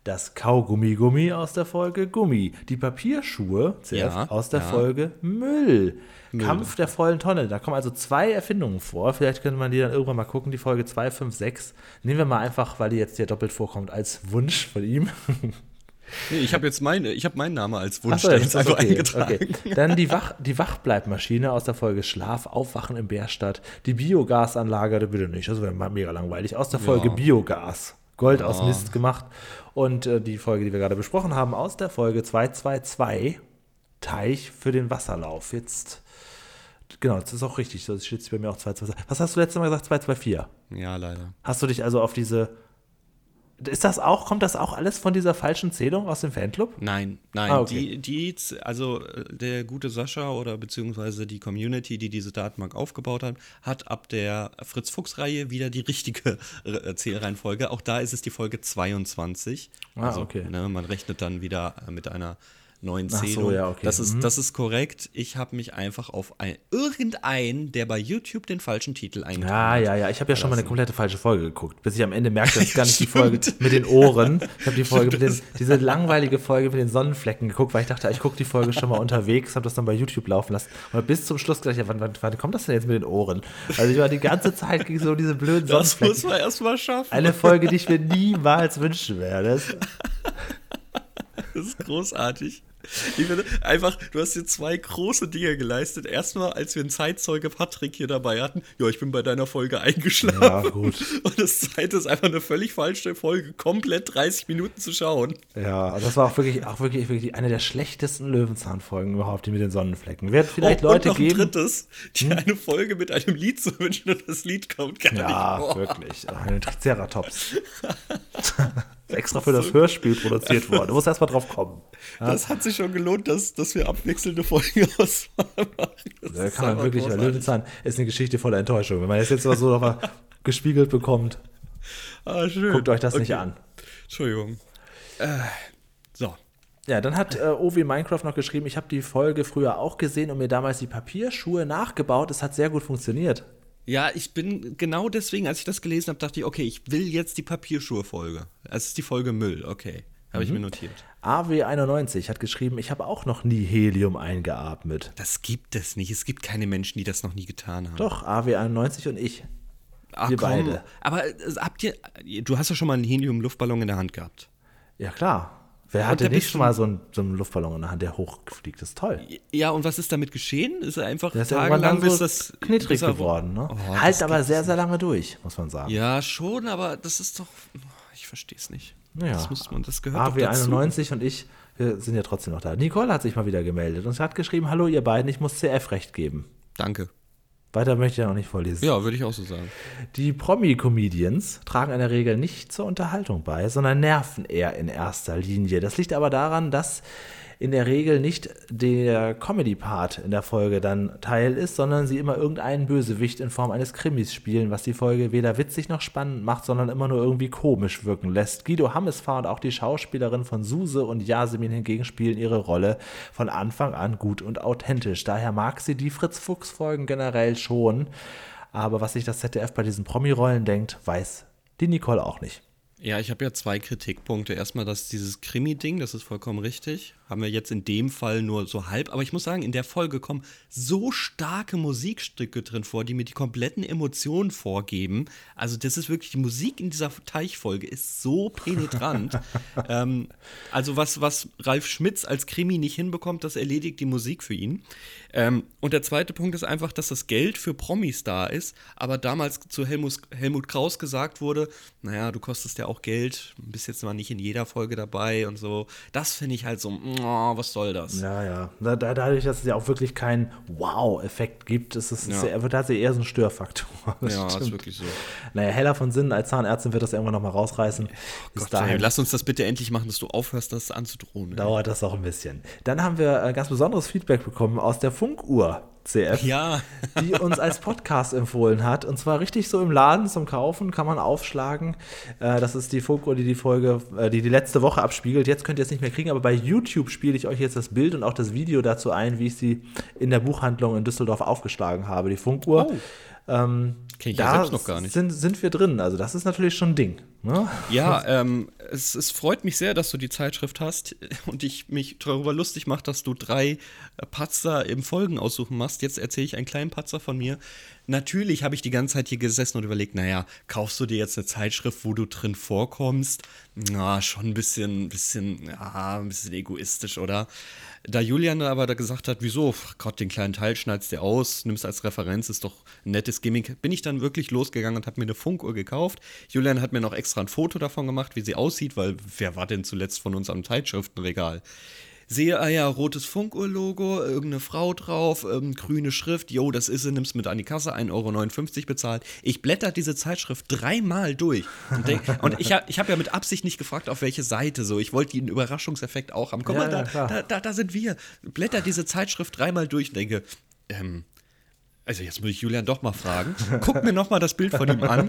das Kaugummi-Gummi aus der Folge Gummi, die Papierschuhe C F, Ja, aus der ja. Folge Müll. Müll. Kampf der vollen Tonne. Da kommen also zwei Erfindungen vor. Vielleicht könnte man die dann irgendwann mal gucken, die Folge zwei, fünf, sechs. Nehmen wir mal einfach, weil die jetzt hier doppelt vorkommt, als Wunsch von ihm. Nee, ich habe jetzt meine, ich habe meinen Namen als Wunsch Ach so, da jetzt jetzt ist das einfach okay, eingetragen. okay. Dann die, Wach, die Wachbleibmaschine aus der Folge Schlaf, Aufwachen in Bärstadt. Die Biogasanlage, da bitte nicht, das wäre mega langweilig. Aus der Folge Ja. Biogas. Gold Ja. aus Mist gemacht. Und äh, die Folge, die wir gerade besprochen haben, aus der Folge zwei zwei zwei, Teich für den Wasserlauf. Jetzt, genau, das ist auch richtig, das steht bei mir auch zwei zwei zwei. Was hast du letztes Mal gesagt? zwei zwei vier. Ja, leider. Hast du dich also auf diese, ist das auch, kommt das auch alles von dieser falschen Zählung aus dem Fanclub? Nein, nein, Ah, okay. die, die, also äh, der gute Sascha oder beziehungsweise die Community, die diese Datenbank aufgebaut hat, hat ab der Fritz-Fuchs-Reihe wieder die richtige äh, Zählreihenfolge. Auch da ist es die Folge zweiundzwanzig. Ah, also, okay. ne, man rechnet dann wieder äh, mit einer neuen Ach so, Zählung. ja, okay. Das ist, Mhm. das ist korrekt. Ich habe mich einfach auf ein, irgendeinen, der bei YouTube den falschen Titel eingetragen Ja, hat. ja, ja. Ich habe ja schon mal eine komplette falsche Folge geguckt, bis ich am Ende merkte, das ist gar nicht die Stimmt. Folge mit den Ohren. Ich habe die Folge mit den, diese langweilige Folge mit den Sonnenflecken geguckt, weil ich dachte, ich gucke die Folge schon mal unterwegs, habe das dann bei YouTube laufen lassen. Und bis zum Schluss gedacht, ja, wann, wann, wann kommt das denn jetzt mit den Ohren? Also ich war die ganze Zeit gegen so diese blöden Das Sonnenflecken. muss man erstmal schaffen. Eine Folge, die ich mir niemals wünschen werde. Das ist großartig. Ich finde einfach, du hast hier zwei große Dinge geleistet. Erstmal, als wir einen Zeitzeuge Patrick hier dabei hatten, ja, ich bin bei deiner Folge eingeschlafen. Ja, gut. Und das zweite ist einfach eine völlig falsche Folge, komplett dreißig Minuten zu schauen. Ja, das war auch wirklich, auch wirklich, wirklich eine der schlechtesten Löwenzahnfolgen überhaupt, die mit den Sonnenflecken. Wird vielleicht Oh, Leute und noch ein geben. drittes, die eine Folge mit einem Lied zu wünschen und das Lied kommt gar Ja, nicht vor. wirklich. Ein Triceratops. Extra für das Hörspiel produziert worden. Du musst erst mal drauf kommen. Das hat sich schon gelohnt, dass, dass wir abwechselnde Folgen ausmachen. Das Da ist kann man einfach wirklich, weil großartig. Löwenzahn ist eine Geschichte voller Enttäuschung. Wenn man das jetzt mal so noch mal gespiegelt bekommt, Ah, schön. guckt euch das Okay. nicht an. Entschuldigung. Äh, so. Ja, dann hat äh, Ovi Minecraft noch geschrieben, ich habe die Folge früher auch gesehen und mir damals die Papierschuhe nachgebaut. Es hat sehr gut funktioniert. Ja, ich bin genau deswegen, als ich das gelesen habe, dachte ich, okay, ich will jetzt die Papierschuhe-Folge. Es ist die Folge Müll, okay. Habe ich mir notiert. A W einundneunzig hat geschrieben, ich habe auch noch nie Helium eingeatmet. Das gibt es nicht. Es gibt keine Menschen, die das noch nie getan haben. Doch, A W einundneunzig und ich. Ach, wir komm. beide. Aber äh, habt ihr, du hast ja schon mal einen Helium-Luftballon in der Hand gehabt. Ja, klar. Wer Und hatte der nicht bist schon mal so einen, so einen Luftballon in der Hand, der hochfliegt? Das ist toll. Ja, und was ist damit geschehen? Ist er einfach Der ist ja irgendwann tagelang, dann bis so das knittrig bis er- geworden. Ne? Oh, halt das aber gibt's sehr, sehr lange durch, muss man sagen. Ja, schon, aber das ist doch, ich verstehe es nicht. Ja. Das muss man, das gehört A doch W dazu. einundneunzig und ich, wir sind ja trotzdem noch da. Nicole hat sich mal wieder gemeldet und hat geschrieben, hallo ihr beiden, ich muss C F recht geben. Danke. Weiter möchte ich ja noch nicht vorlesen. Ja, würde ich auch so sagen. Die Promi-Comedians tragen in der Regel nicht zur Unterhaltung bei, sondern nerven eher in erster Linie. Das liegt aber daran, dass in der Regel nicht der Comedy-Part in der Folge dann Teil ist, sondern sie immer irgendeinen Bösewicht in Form eines Krimis spielen, was die Folge weder witzig noch spannend macht, sondern immer nur irgendwie komisch wirken lässt. Guido Hammesfahr und auch die Schauspielerin von Suse und Yasemin hingegen spielen ihre Rolle von Anfang an gut und authentisch. Daher mag sie die Fritz-Fuchs-Folgen generell schon, aber was sich das Z D F bei diesen Promi-Rollen denkt, weiß die Nicole auch nicht. Ja, ich habe ja zwei Kritikpunkte. Erstmal, dass dieses Krimi-Ding, das ist vollkommen richtig. Haben wir jetzt in dem Fall nur so halb. Aber ich muss sagen, in der Folge kommen so starke Musikstücke drin vor, die mir die kompletten Emotionen vorgeben. Also das ist wirklich, die Musik in dieser Teichfolge ist so penetrant. ähm, also was, was Ralf Schmitz als Krimi nicht hinbekommt, das erledigt die Musik für ihn. Ähm, und der zweite Punkt ist einfach, dass das Geld für Promis da ist. Aber damals zu Helmut, Helmut Kraus gesagt wurde, naja, du kostest ja auch Geld, bist jetzt mal nicht in jeder Folge dabei und so. Das finde ich halt so, oh, was soll das? Ja, ja. Da, da, dadurch, dass es ja auch wirklich keinen Wow-Effekt gibt, ist es Ja. sehr, wird tatsächlich eher so ein Störfaktor. Das Ja, stimmt. ist wirklich so. Naja, Hella von Sinnen als Zahnärztin wird das irgendwann nochmal rausreißen. Bis Gott, dahin ey, lass uns das bitte endlich machen, dass du aufhörst, das anzudrohen. ey. dauert das auch ein bisschen. Dann haben wir äh, ganz besonderes Feedback bekommen aus der Funkuhr C F. Ja. Die uns als Podcast empfohlen hat. Und zwar richtig so im Laden zum Kaufen, kann man aufschlagen. Äh, das ist die Funkuhr, die die Folge, äh, die die letzte Woche abspiegelt. Jetzt könnt ihr es nicht mehr kriegen, aber bei YouTube spiele ich euch jetzt das Bild und auch das Video dazu ein, wie ich sie in der Buchhandlung in Düsseldorf aufgeschlagen habe. Die Funkuhr. Oh. Ähm, Kenn ich ja da selbst noch gar nicht. Sind, sind wir drin. Also das ist natürlich schon ein Ding. Ne? Ja, ähm, es, es freut mich sehr, dass du die Zeitschrift hast und ich mich darüber lustig mache, dass du drei Patzer im Folgen aussuchen machst. Jetzt erzähle ich einen kleinen Patzer von mir. Natürlich habe ich die ganze Zeit hier gesessen und überlegt, naja, kaufst du dir jetzt eine Zeitschrift, wo du drin vorkommst? Na, schon ein bisschen, bisschen, ja, ein bisschen egoistisch, oder? Da Julian aber da gesagt hat, wieso, Gott, den kleinen Teil schneidest du aus, nimmst als Referenz, ist doch ein nettes Gimmick, bin ich dann wirklich losgegangen und habe mir eine Funkuhr gekauft. Julian hat mir noch extra ein Foto davon gemacht, wie sie aussieht, weil wer war denn zuletzt von uns am Zeitschriftenregal? Sehe, ah ja, rotes Funkuhr-Logo, irgendeine Frau drauf, ähm, grüne Schrift, jo, das ist sie, nimmst mit an die Kasse, ein Euro neunundfünfzig bezahlt. Ich blätter diese Zeitschrift dreimal durch. Und, denk, und ich habe ich hab ja mit Absicht nicht gefragt, auf welche Seite so. Ich wollte den Überraschungseffekt auch haben. Guck Ja, mal, da, ja, da, da, da sind wir. Blätter diese Zeitschrift dreimal durch und denke, ähm, also jetzt muss ich Julian doch mal fragen. Guck mir noch mal das Bild von ihm an.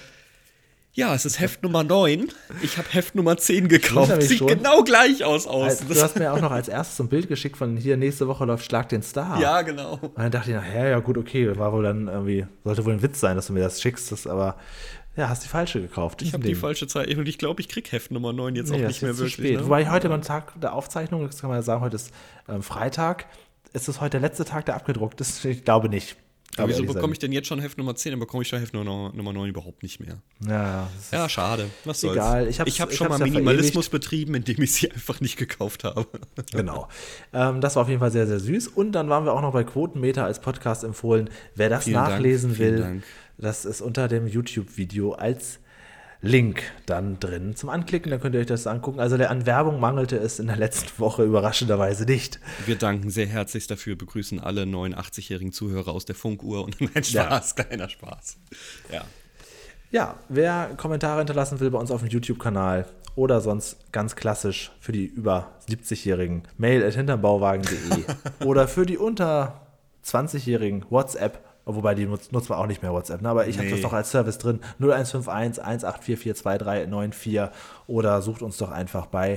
Ja, es ist Heft Nummer neun. Ich habe Heft Nummer zehn gekauft. Sieht schon genau gleich aus außen. Du hast mir auch noch als erstes so ein Bild geschickt von hier, nächste Woche läuft Schlag den Star. Ja, genau. Und dann dachte ich, naja, ja gut, okay, war wohl dann irgendwie, sollte wohl ein Witz sein, dass du mir das schickst, das, aber ja, hast die falsche gekauft. Ich habe die falsche Zeit und ich glaube, ich krieg Heft Nummer neun jetzt nee, auch nicht mehr zu wirklich. Spät. Ne? Wobei heute beim Tag der Aufzeichnung, das kann man ja sagen, heute ist ähm, Freitag, ist es heute der letzte Tag, der abgedruckt ist? Ich glaube nicht. Aber wieso bekomme ich denn jetzt schon Heft Nummer zehn, dann bekomme ich schon Heft Nummer neun überhaupt nicht mehr. Ja, ja schade. Was soll's. Egal. Ich habe hab schon mal Minimalismus betrieben, indem ich sie einfach nicht gekauft habe. Genau. Ähm, das war auf jeden Fall sehr, sehr süß. Und dann waren wir auch noch bei Quotenmeter als Podcast empfohlen. Wer das Vielen nachlesen Dank, will, Dank. das ist unter dem YouTube-Video als Link dann drin zum Anklicken, dann könnt ihr euch das angucken. Also der an Werbung mangelte es in der letzten Woche überraschenderweise nicht. Wir danken sehr herzlich dafür, begrüßen alle neunundachtzig-jährigen Zuhörer aus der Funkuhr und ein Spaß, ja. Kleiner Spaß. Ja. Ja, wer Kommentare hinterlassen will bei uns auf dem YouTube-Kanal oder sonst ganz klassisch für die über siebzig-Jährigen mail at hintermbauwagen punkt de oder für die unter zwanzig-Jährigen WhatsApp. Wobei, die nutzt, nutzt man auch nicht mehr WhatsApp, ne? Aber ich nee. habe das doch als Service drin. null eins fünf eins, eins acht vier vier zwei drei neun vier oder sucht uns doch einfach bei,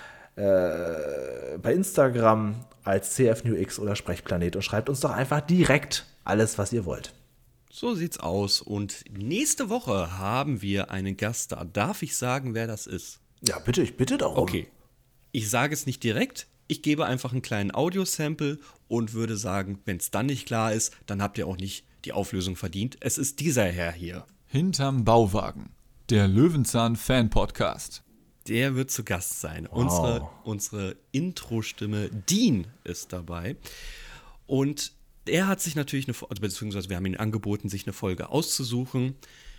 äh, bei Instagram als C F New X oder Sprechplanet und schreibt uns doch einfach direkt alles, was ihr wollt. So sieht's aus. Und nächste Woche haben wir einen Gast da. Darf ich sagen, wer das ist? Ja, bitte, ich bitte darum. Okay. Ich sage es nicht direkt. Ich gebe einfach einen kleinen Audiosample und würde sagen, wenn es dann nicht klar ist, dann habt ihr auch nicht die Auflösung verdient. Es ist dieser Herr hier. Hinterm Bauwagen, der Löwenzahn-Fan-Podcast. Der wird zu Gast sein. Wow. Unsere, unsere Intro-Stimme Dean ist dabei. Und er hat sich natürlich eine, also beziehungsweise wir haben ihm angeboten, sich eine Folge auszusuchen.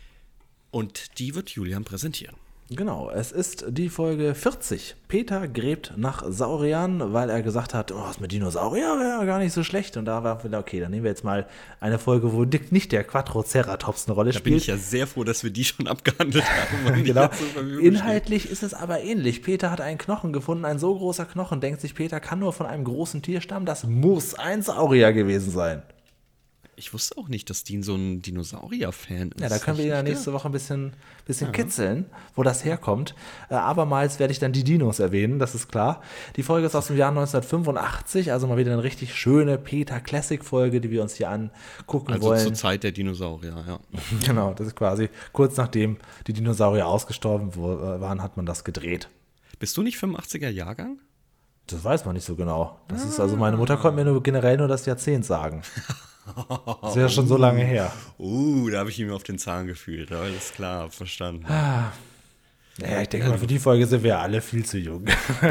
Und die wird Julian präsentieren. Genau, es ist die Folge vierzig. Peter gräbt nach Sauriern, weil er gesagt hat, oh, das mit Dinosaurier wäre gar nicht so schlecht. Und da war wieder, okay, dann nehmen wir jetzt mal eine Folge, wo nicht der Quadroceratops eine Rolle da spielt. Da bin ich ja sehr froh, dass wir die schon abgehandelt haben. Genau. Inhaltlich steht. Ist es aber ähnlich. Peter hat einen Knochen gefunden, ein so großer Knochen, denkt sich Peter, kann nur von einem großen Tier stammen. Das muss ein Saurier gewesen sein. Ich wusste auch nicht, dass Dean so ein Dinosaurier-Fan ist. Ja, da können wir ihn ja nächste Woche ein bisschen, bisschen ja. kitzeln, wo das herkommt. Äh, abermals werde ich dann die Dinos erwähnen, das ist klar. Die Folge ist aus dem Jahr neunzehnhundertfünfundachtzig, also mal wieder eine richtig schöne Peter-Classic-Folge, die wir uns hier angucken also wollen. Also zur Zeit der Dinosaurier, ja. Genau, das ist quasi kurz nachdem die Dinosaurier ausgestorben waren, hat man das gedreht. Bist du nicht fünfundachtziger-Jahrgang? Das weiß man nicht so genau. Das ah. ist also, meine Mutter konnte mir nur generell nur das Jahrzehnt sagen. Das ist ja schon so lange her. Uh, da habe ich ihn mir auf den Zahn gefühlt. Alles klar, verstanden. Ah. Naja, ich denke mal, für die Folge sind wir alle viel zu jung.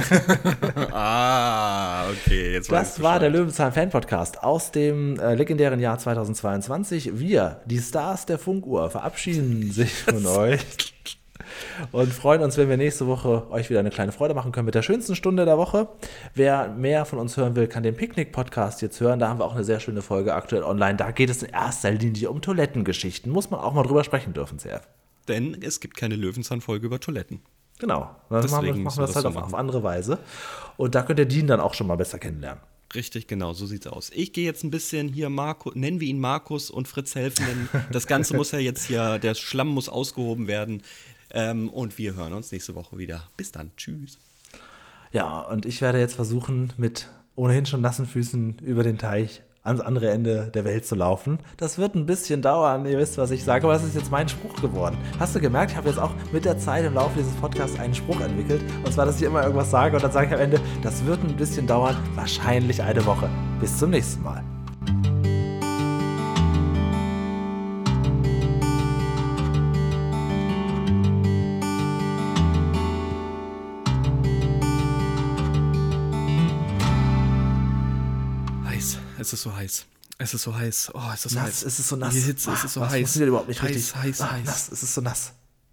ah, okay. Jetzt das war der Löwenzahn-Fan-Podcast aus dem äh, legendären Jahr zweitausendzweiundzwanzig. Wir, die Stars der Funkuhr, verabschieden sich von euch. Und freuen uns, wenn wir nächste Woche euch wieder eine kleine Freude machen können mit der schönsten Stunde der Woche. Wer mehr von uns hören will, kann den Picknick-Podcast jetzt hören. Da haben wir auch eine sehr schöne Folge aktuell online. Da geht es in erster Linie um Toilettengeschichten. Muss man auch mal drüber sprechen dürfen, C F. Denn es gibt keine Löwenzahn-Folge über Toiletten. Genau. Dann machen wir, machen wir das halt so auf, auf andere Weise. Und da könnt ihr Dean dann auch schon mal besser kennenlernen. Richtig, genau, so sieht's aus. Ich gehe jetzt ein bisschen hier, Marco, nennen wir ihn Markus und Fritz helfen, denn das Ganze muss ja jetzt hier, der Schlamm muss ausgehoben werden. Ähm, und wir hören uns nächste Woche wieder. Bis dann. Tschüss. Ja, und ich werde jetzt versuchen, mit ohnehin schon nassen Füßen über den Teich ans andere Ende der Welt zu laufen. Das wird ein bisschen dauern, ihr wisst, was ich sage, aber das ist jetzt mein Spruch geworden. Hast du gemerkt, ich habe jetzt auch mit der Zeit im Laufe dieses Podcasts einen Spruch entwickelt, und zwar, dass ich immer irgendwas sage und dann sage ich am Ende, das wird ein bisschen dauern, wahrscheinlich eine Woche. Bis zum nächsten Mal. Es ist so heiß. Es ist so heiß. Oh, es ist so nass, heiß. Es ist so nass. Die Hitze, es ist so das heiß. Das funktioniert überhaupt nicht heiß, richtig. Heiß, ah, heiß, nass, es ist so nass.